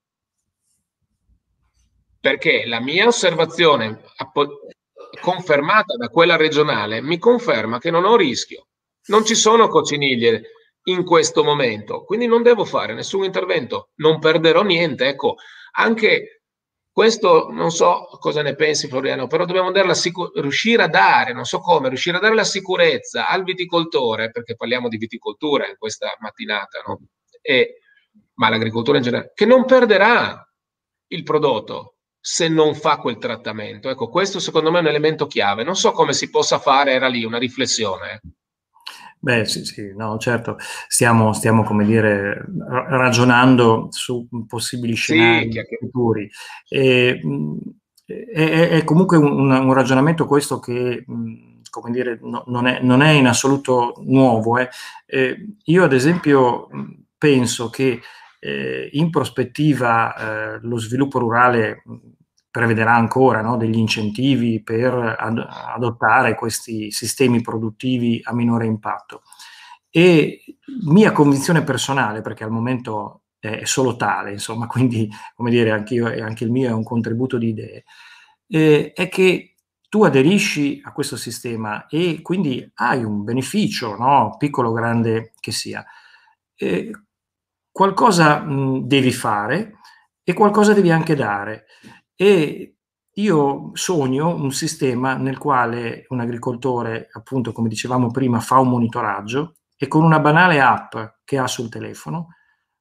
Speaker 1: perché la mia osservazione confermata da quella regionale mi conferma che non ho rischio, non ci sono cocciniglie in questo momento, quindi non devo fare nessun intervento, non perderò niente. Ecco, anche questo, non so cosa ne pensi Floriano, però dobbiamo dare la riuscire a dare, non so come, riuscire a dare la sicurezza al viticoltore, perché parliamo di viticoltura in questa mattinata, no? E, ma l'agricoltura in generale, che non perderà il prodotto se non fa quel trattamento. Ecco, questo secondo me è un elemento chiave. Non so come si possa fare, era lì una riflessione.
Speaker 2: Beh, sì, sì, no, certo, stiamo, stiamo come dire, ragionando su possibili scenari
Speaker 1: sì,
Speaker 2: futuri. E, mh, è, è comunque un, un ragionamento questo che, mh, come dire, no, non, è, non è in assoluto nuovo. Eh. Eh, io, ad esempio, penso che eh, in prospettiva eh, lo sviluppo rurale prevederà ancora, no, degli incentivi per ad, adottare questi sistemi produttivi a minore impatto. E mia convinzione personale, perché al momento è solo tale, insomma, quindi, come dire, anch'io, anche il mio è un contributo di idee, eh, è che tu aderisci a questo sistema e quindi hai un beneficio, no, piccolo o grande che sia. Eh, qualcosa mh, devi fare e qualcosa devi anche dare. E io sogno un sistema nel quale un agricoltore, appunto, come dicevamo prima, fa un monitoraggio e con una banale app che ha sul telefono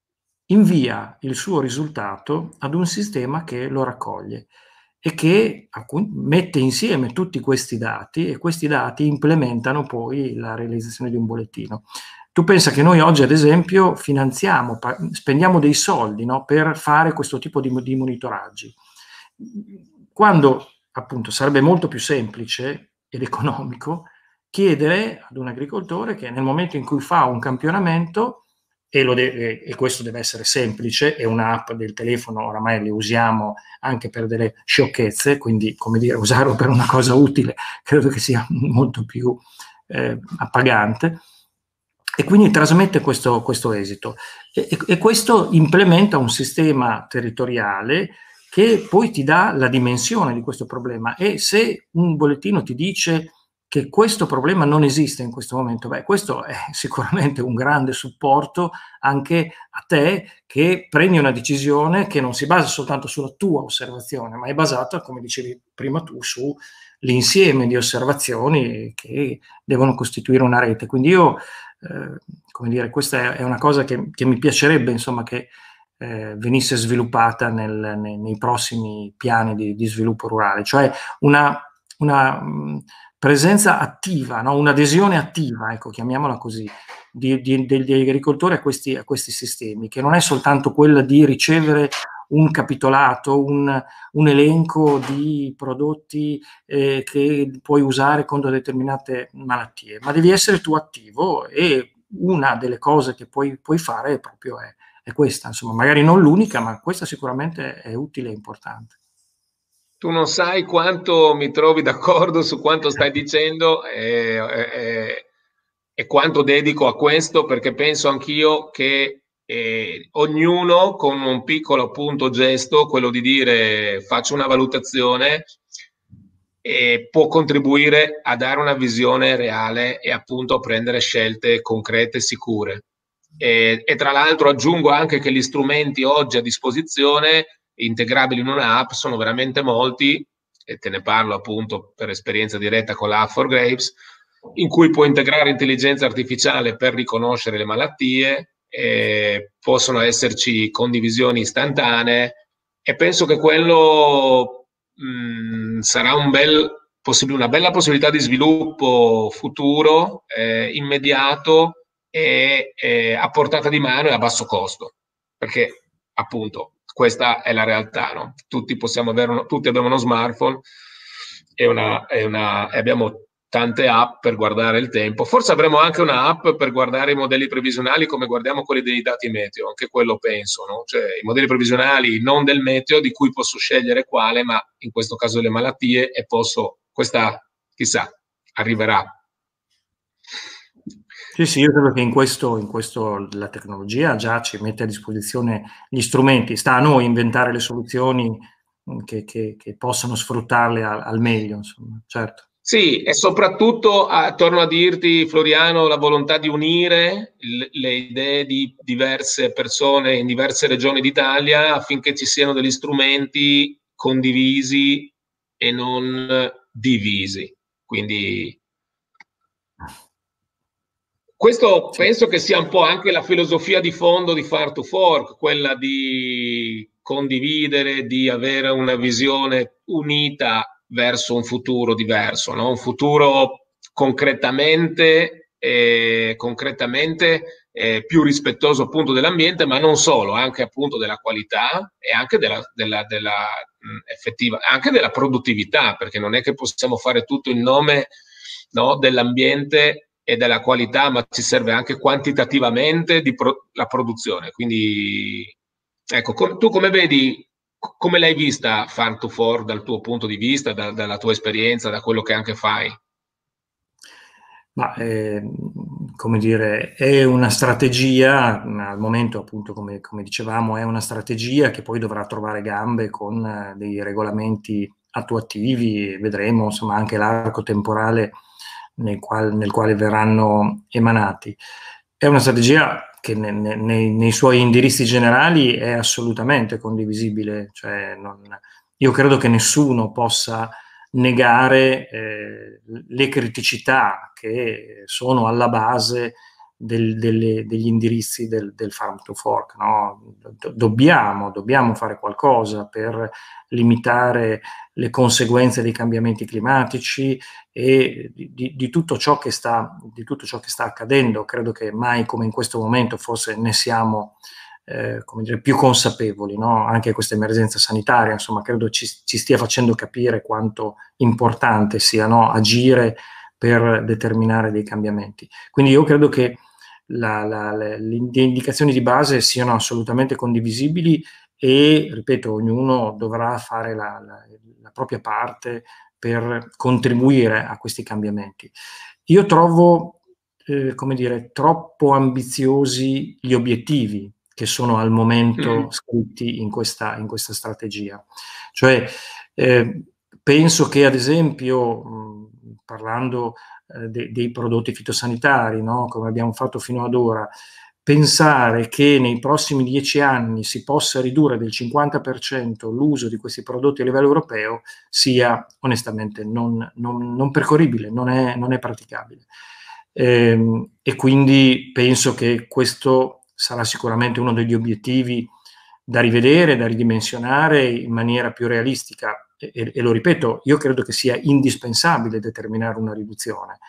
Speaker 2: invia il suo risultato ad un sistema che lo raccoglie e che mette insieme tutti questi dati e questi dati implementano poi la realizzazione di un bollettino. Tu pensa che noi oggi, ad esempio, finanziamo, spendiamo dei soldi, no, per fare questo tipo di, di monitoraggi, quando appunto sarebbe molto più semplice ed economico chiedere ad un agricoltore che nel momento in cui fa un campionamento, e, lo deve, e questo deve essere semplice, è un'app del telefono, oramai le usiamo anche per delle sciocchezze, quindi, come dire, usarlo per una cosa utile credo che sia molto più eh, appagante, e quindi trasmette questo, questo esito. E, e questo implementa un sistema territoriale che poi ti dà la dimensione di questo problema. E se un bollettino ti dice che questo problema non esiste in questo momento, beh, questo è sicuramente un grande supporto anche a te che prendi una decisione che non si basa soltanto sulla tua osservazione, ma è basata, come dicevi prima tu, sull'insieme di osservazioni che devono costituire una rete. Quindi io, eh, come dire, questa è una cosa che, che mi piacerebbe, insomma, che eh, venisse sviluppata nel, nei, nei prossimi piani di, di sviluppo rurale, cioè una, una mh, presenza attiva, no? Un'adesione attiva, ecco, chiamiamola così, di, di, degli agricoltori a questi, a questi sistemi, che non è soltanto quella di ricevere un capitolato, un, un elenco di prodotti eh, che puoi usare contro determinate malattie, ma devi essere tu attivo, e una delle cose che puoi, puoi fare è proprio è, è questa, insomma, magari non l'unica, ma questa sicuramente è utile e importante.
Speaker 1: Tu non sai quanto mi trovi d'accordo su quanto stai dicendo e, e, e quanto dedico a questo, perché penso anch'io che eh, ognuno con un piccolo appunto gesto, quello di dire faccio una valutazione, eh, può contribuire a dare una visione reale e appunto a prendere scelte concrete e sicure. E, e tra l'altro aggiungo anche che gli strumenti oggi a disposizione integrabili in un'app sono veramente molti, e te ne parlo appunto per esperienza diretta con l'app for Grapes, in cui puoi integrare intelligenza artificiale per riconoscere le malattie, e possono esserci condivisioni istantanee, e penso che quello mh, sarà un bel, una bella possibilità di sviluppo futuro, eh, immediato e eh, a portata di mano e a basso costo, perché appunto questa è la realtà, no? Tutti possiamo avere uno, tutti abbiamo uno smartphone e, una, e, una, e abbiamo tante app per guardare il tempo. Forse avremo anche una app per guardare i modelli previsionali come guardiamo quelli dei dati meteo, anche quello penso, no? Cioè i modelli previsionali non del meteo, di cui posso scegliere quale, ma in questo caso le malattie, e posso, questa chissà, arriverà.
Speaker 2: Sì, sì, io credo che in questo, in questo la tecnologia già ci mette a disposizione gli strumenti, sta a noi inventare le soluzioni che, che, che possono sfruttarle al, al meglio, insomma, certo.
Speaker 1: Sì, e soprattutto a, torno a dirti, Floriano, la volontà di unire le, le idee di diverse persone in diverse regioni d'Italia affinché ci siano degli strumenti condivisi e non divisi. Quindi questo penso che sia un po' anche la filosofia di fondo di Farm to Fork, quella di condividere, di avere una visione unita verso un futuro diverso, no? Un futuro concretamente, eh, concretamente eh, più rispettoso appunto dell'ambiente, ma non solo, anche appunto della qualità e anche della, della, della mh, effettiva, anche della produttività, perché non è che possiamo fare tutto in nome, no, dell'ambiente e della qualità, ma ci serve anche quantitativamente di pro- la produzione. Quindi, ecco, com- tu come vedi, c- come l'hai vista Farm to Fork dal tuo punto di vista, da- dalla tua esperienza, da quello che anche fai?
Speaker 2: Ma, eh, come dire, è una strategia, al momento appunto come, come dicevamo, è una strategia che poi dovrà trovare gambe con eh, dei regolamenti attuativi, vedremo insomma anche l'arco temporale nel, qual, nel quale verranno emanati. È una strategia che ne, ne, nei, nei suoi indirizzi generali è assolutamente condivisibile, cioè non, io credo che nessuno possa negare eh, le criticità che sono alla base del, delle, degli indirizzi del, del Farm to Fork. No? Dobbiamo, dobbiamo fare qualcosa per limitare le conseguenze dei cambiamenti climatici e di, di, di, tutto ciò che sta, di tutto ciò che sta accadendo. Credo che mai come in questo momento forse ne siamo Eh, come dire, più consapevoli, no? Anche questa emergenza sanitaria, insomma, credo ci, ci stia facendo capire quanto importante sia, no, agire per determinare dei cambiamenti. Quindi io credo che la, la, le, le indicazioni di base siano assolutamente condivisibili e, ripeto, ognuno dovrà fare la, la, la propria parte per contribuire a questi cambiamenti. Io trovo, eh, come dire, troppo ambiziosi gli obiettivi che sono al momento
Speaker 1: Mm.
Speaker 2: scritti in questa, in questa strategia. Cioè, eh, penso che ad esempio, mh, parlando eh, de, dei prodotti fitosanitari, no, come abbiamo fatto fino ad ora, pensare che nei prossimi dieci anni si possa ridurre del cinquanta per cento l'uso di questi prodotti a livello europeo sia onestamente non, non, non percorribile, non è, non è praticabile. Eh, e quindi penso che questo sarà sicuramente uno degli obiettivi da rivedere, da ridimensionare in maniera più realistica. E, e lo ripeto, io credo che sia indispensabile determinare una riduzione.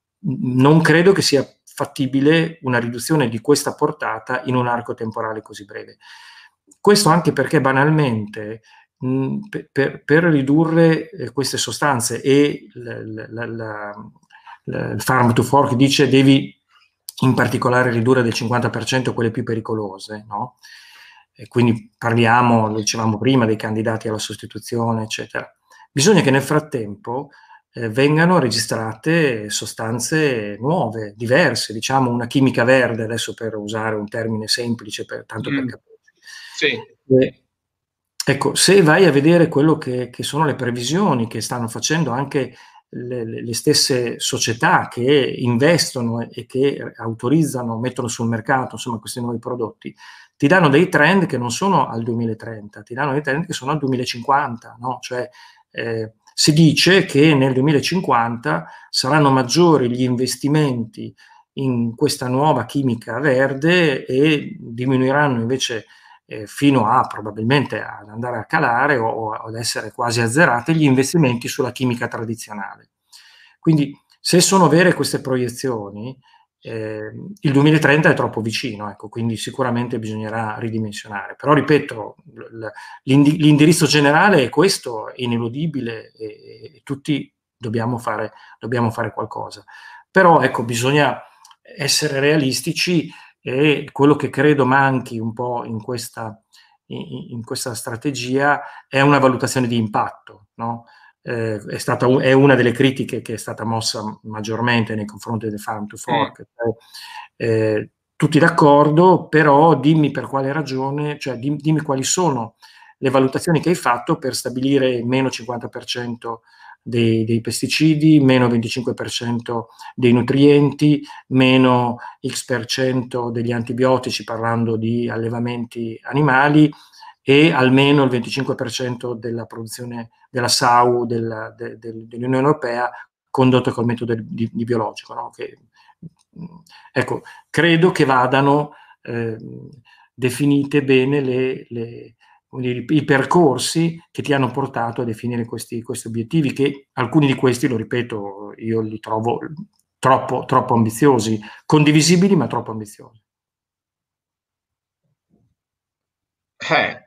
Speaker 2: Non credo che sia fattibile una riduzione di questa portata in un arco temporale così breve. Questo anche perché banalmente mh, per, per ridurre eh, queste sostanze e la, la, la, la, il Farm to Fork dice devi in particolare ridurre del cinquanta per cento quelle più pericolose, no? E quindi parliamo, lo dicevamo prima, dei candidati alla sostituzione, eccetera. Bisogna che nel frattempo eh, vengano registrate sostanze nuove, diverse, diciamo una chimica verde, adesso per usare un termine semplice, per, tanto per
Speaker 1: Mm.
Speaker 2: capire.
Speaker 1: Sì.
Speaker 2: Eh, ecco, se vai a vedere quello che, che sono le previsioni che stanno facendo anche le, le stesse società che investono e che autorizzano, mettono sul mercato, insomma, questi nuovi prodotti, ti danno dei trend che non sono al duemilatrenta, ti danno dei trend che sono al duemilacinquanta, no? Cioè, eh, si dice che nel duemilacinquanta saranno maggiori gli investimenti in questa nuova chimica verde e diminuiranno invece eh, fino a probabilmente ad andare a calare o, o ad essere quasi azzerate gli investimenti sulla chimica tradizionale. Quindi se sono vere queste proiezioni, eh, il duemilatrenta è troppo vicino, ecco, quindi sicuramente bisognerà ridimensionare. Però ripeto, l'indi- l'indirizzo generale è questo, è ineludibile e, e tutti dobbiamo fare, dobbiamo fare qualcosa. Però ecco, bisogna essere realistici e quello che credo manchi un po' in questa, in, in questa strategia è una valutazione di impatto, no? Eh, è, stata un, è una delle critiche che è stata mossa maggiormente nei confronti del Farm to
Speaker 1: Mm.
Speaker 2: Fork. Eh, tutti d'accordo, però dimmi per quale ragione, cioè dimmi, dimmi quali sono le valutazioni che hai fatto per stabilire meno cinquanta per cento dei, dei pesticidi, meno venticinque per cento dei nutrienti, meno X per cento degli antibiotici, parlando di allevamenti animali, e almeno il venticinque per cento della produzione della S A U del, de, de, dell'Unione Europea condotta col metodo di, di biologico, no? Che, ecco, credo che vadano eh, definite bene le, le, dire, i percorsi che ti hanno portato a definire questi, questi obiettivi, che alcuni di questi, lo ripeto, io li trovo troppo, troppo ambiziosi, condivisibili ma troppo ambiziosi.
Speaker 1: Eh,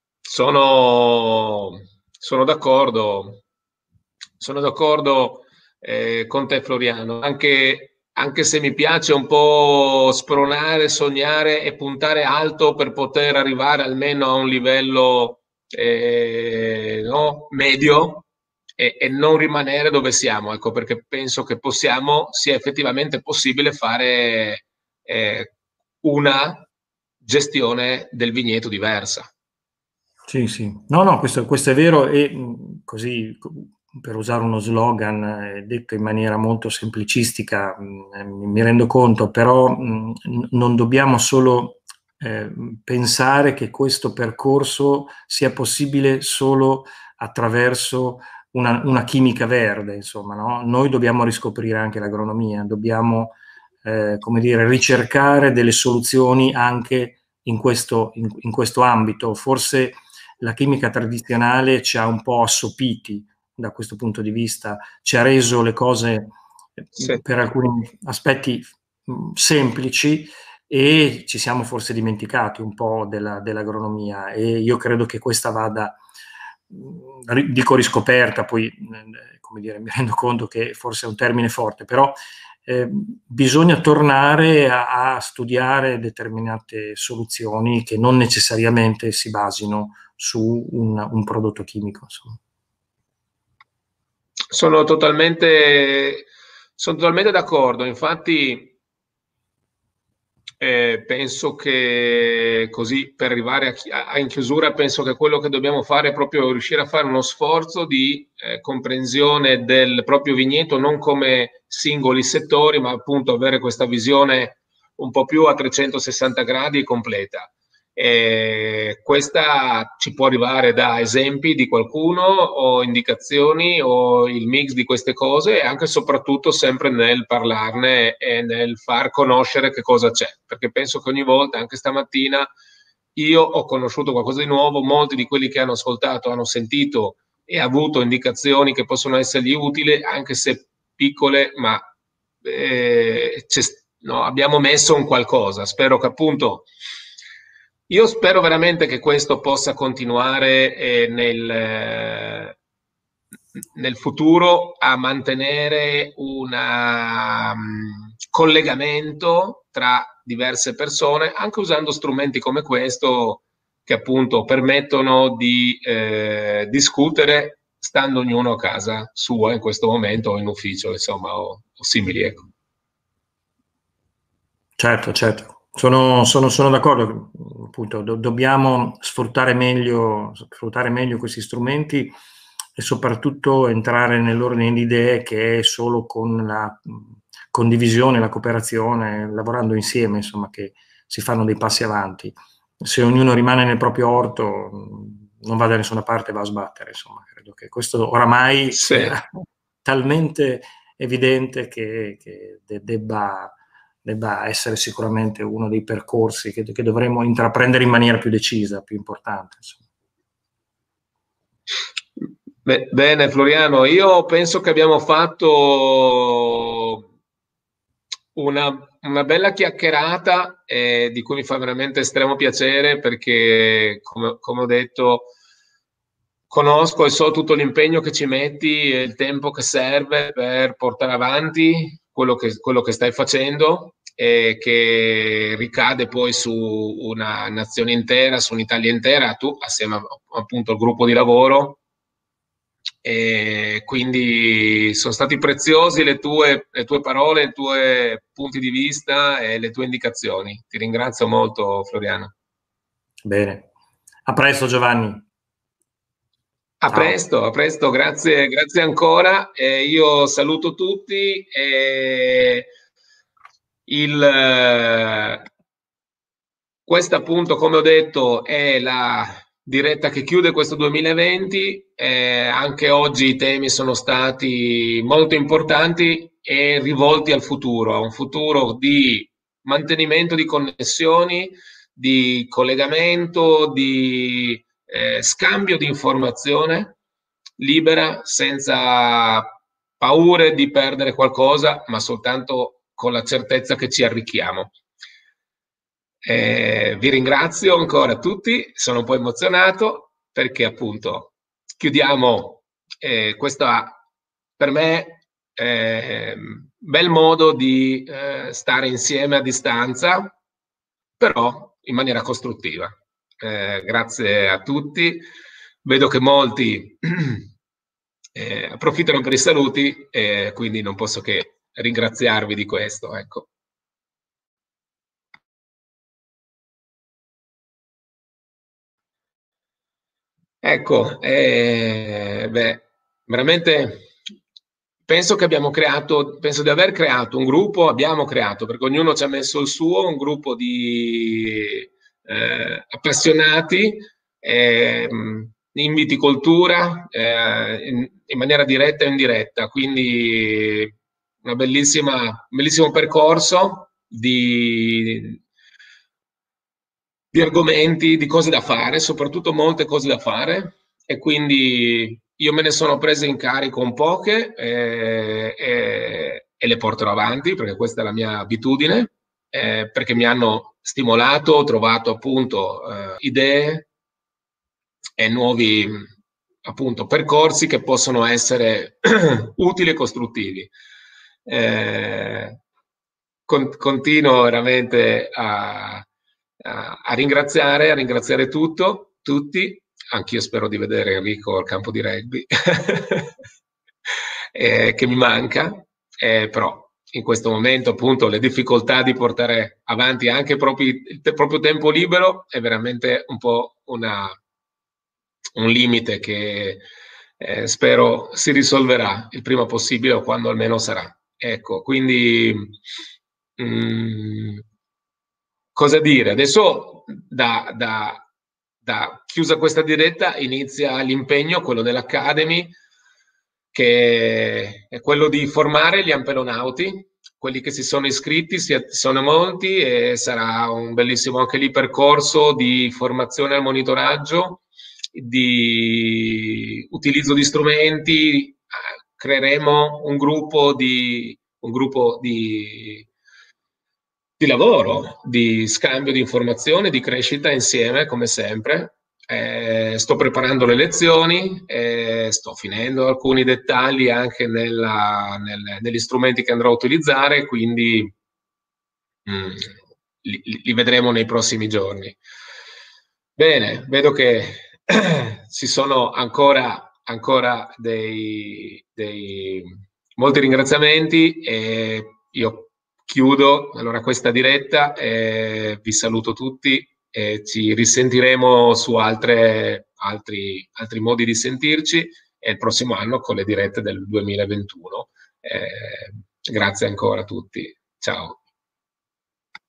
Speaker 1: sono, sono d'accordo, sono d'accordo eh, con te Floriano, anche, anche se mi piace un po' spronare, sognare e puntare alto per poter arrivare almeno a un livello eh, no, medio e, e non rimanere dove siamo, ecco, perché penso che possiamo, sia effettivamente possibile fare eh, una gestione del vigneto diversa.
Speaker 2: Sì, sì. No, no, questo, questo è vero, e mh, così, per usare uno slogan eh, detto in maniera molto semplicistica, mh, mi rendo conto, però mh, non dobbiamo solo eh, pensare che questo percorso sia possibile solo attraverso una, una chimica verde, insomma, no? Noi dobbiamo riscoprire anche l'agronomia, dobbiamo, eh, come dire, ricercare delle soluzioni anche in questo, in, in questo ambito. Forse la chimica tradizionale ci ha un po' assopiti da questo punto di vista, ci ha reso le cose
Speaker 1: Sì.
Speaker 2: per alcuni aspetti semplici, e ci siamo forse dimenticati un po' della, dell'agronomia, e io credo che questa vada, dico riscoperta, poi come dire, mi rendo conto che forse è un termine forte, però eh, bisogna tornare a, a studiare determinate soluzioni che non necessariamente si basino su un, un prodotto chimico, insomma.
Speaker 1: Sono totalmente, sono totalmente d'accordo, infatti eh, penso che così, per arrivare a, a in chiusura, penso che quello che dobbiamo fare è proprio riuscire a fare uno sforzo di eh, comprensione del proprio vigneto, non come singoli settori, ma appunto avere questa visione un po' più a trecentosessanta gradi completa. E questa ci può arrivare da esempi di qualcuno o indicazioni o il mix di queste cose, e anche e soprattutto sempre nel parlarne e nel far conoscere che cosa c'è, perché penso che ogni volta, anche stamattina, io ho conosciuto qualcosa di nuovo, molti di quelli che hanno ascoltato hanno sentito e avuto indicazioni che possono essergli utili, anche se piccole, ma eh, no, abbiamo messo un qualcosa. Spero che appunto io spero veramente che questo possa continuare eh, nel, eh, nel futuro a mantenere un um, collegamento tra diverse persone, anche usando strumenti come questo, che appunto permettono di eh, discutere stando ognuno a casa sua in questo momento, o in ufficio, insomma, o, o simili, ecco.
Speaker 2: Certo, certo. Sono, sono, sono d'accordo, appunto, do, dobbiamo sfruttare meglio, sfruttare meglio questi strumenti, e soprattutto entrare nell'ordine di idee che è solo con la condivisione, la cooperazione, lavorando insieme, insomma, che si fanno dei passi avanti. Se ognuno rimane nel proprio orto, non va da nessuna parte, va a sbattere, insomma. Credo che questo oramai
Speaker 1: Sì.
Speaker 2: sia talmente evidente che, che debba debba essere sicuramente uno dei percorsi che, che dovremo intraprendere in maniera più decisa, più importante. Insomma.
Speaker 1: Bene, Floriano, io penso che abbiamo fatto una, una bella chiacchierata eh, di cui mi fa veramente estremo piacere, perché, come, come ho detto, conosco e so tutto l'impegno che ci metti e il tempo che serve per portare avanti quello che, quello che stai facendo, e che ricade poi su una nazione intera, su un'Italia intera, tu assieme a, appunto al gruppo di lavoro. E quindi sono stati preziosi le tue, le tue parole, i tuoi punti di vista e le tue indicazioni. Ti ringrazio molto, Floriano.
Speaker 2: Bene, a presto Giovanni.
Speaker 1: A Ciao. presto, a presto, grazie, grazie ancora. Eh, io saluto tutti. E il, questa appunto, come ho detto, è la diretta che chiude questo duemilaventi. Eh, anche oggi i temi sono stati molto importanti e rivolti al futuro, a un futuro di mantenimento di connessioni, di collegamento, di eh, scambio di informazione libera, senza paure di perdere qualcosa, ma soltanto con la certezza che ci arricchiamo. Eh, vi ringrazio ancora tutti, sono un po' emozionato perché appunto chiudiamo eh, questa, per me, eh, bel modo di eh, stare insieme a distanza, però in maniera costruttiva. Eh, grazie a tutti, vedo che molti eh, approfittano per i saluti e quindi non posso che ringraziarvi di questo. Ecco. Ecco, eh, beh, veramente penso che abbiamo creato, penso di aver creato un gruppo, abbiamo creato, perché ognuno ci ha messo il suo, un gruppo di eh, appassionati eh, in viticoltura eh, in, in maniera diretta e indiretta, quindi una bellissima, un bellissimo percorso di di argomenti, di cose da fare, soprattutto molte cose da fare, e quindi io me ne sono prese in carico un poche eh, e, e le porterò avanti perché questa è la mia abitudine, eh, perché mi hanno stimolato, ho trovato appunto eh, idee e nuovi appunto percorsi che possono essere utili e costruttivi. Eh, con, continuo veramente a a ringraziare, a ringraziare tutto, tutti. Anch'io spero di vedere Enrico al campo di rugby, eh, che mi manca, eh, però in questo momento appunto le difficoltà di portare avanti anche propri, il te, proprio tempo libero è veramente un po' una, un limite che eh, spero si risolverà il prima possibile o quando almeno sarà. Ecco, quindi mh, cosa dire? Adesso da, da, da chiusa questa diretta inizia l'impegno, quello dell'Academy, che è quello di formare gli ampelonauti, quelli che si sono iscritti, si, sono molti e sarà un bellissimo anche lì percorso di formazione al monitoraggio, di utilizzo di strumenti, creeremo un gruppo di, un gruppo di di lavoro, di scambio di informazioni, di crescita insieme, come sempre. Eh, sto preparando le lezioni, eh, sto finendo alcuni dettagli anche nella, nel, negli strumenti che andrò a utilizzare, quindi mh, li, li vedremo nei prossimi giorni. Bene, vedo che ci sono ancora, ancora dei, dei molti ringraziamenti e io chiudo allora questa diretta e vi saluto tutti e ci risentiremo su altre, altri, altri modi di sentirci e il prossimo anno con le dirette del duemilaventuno. Eh, grazie ancora a tutti. Ciao.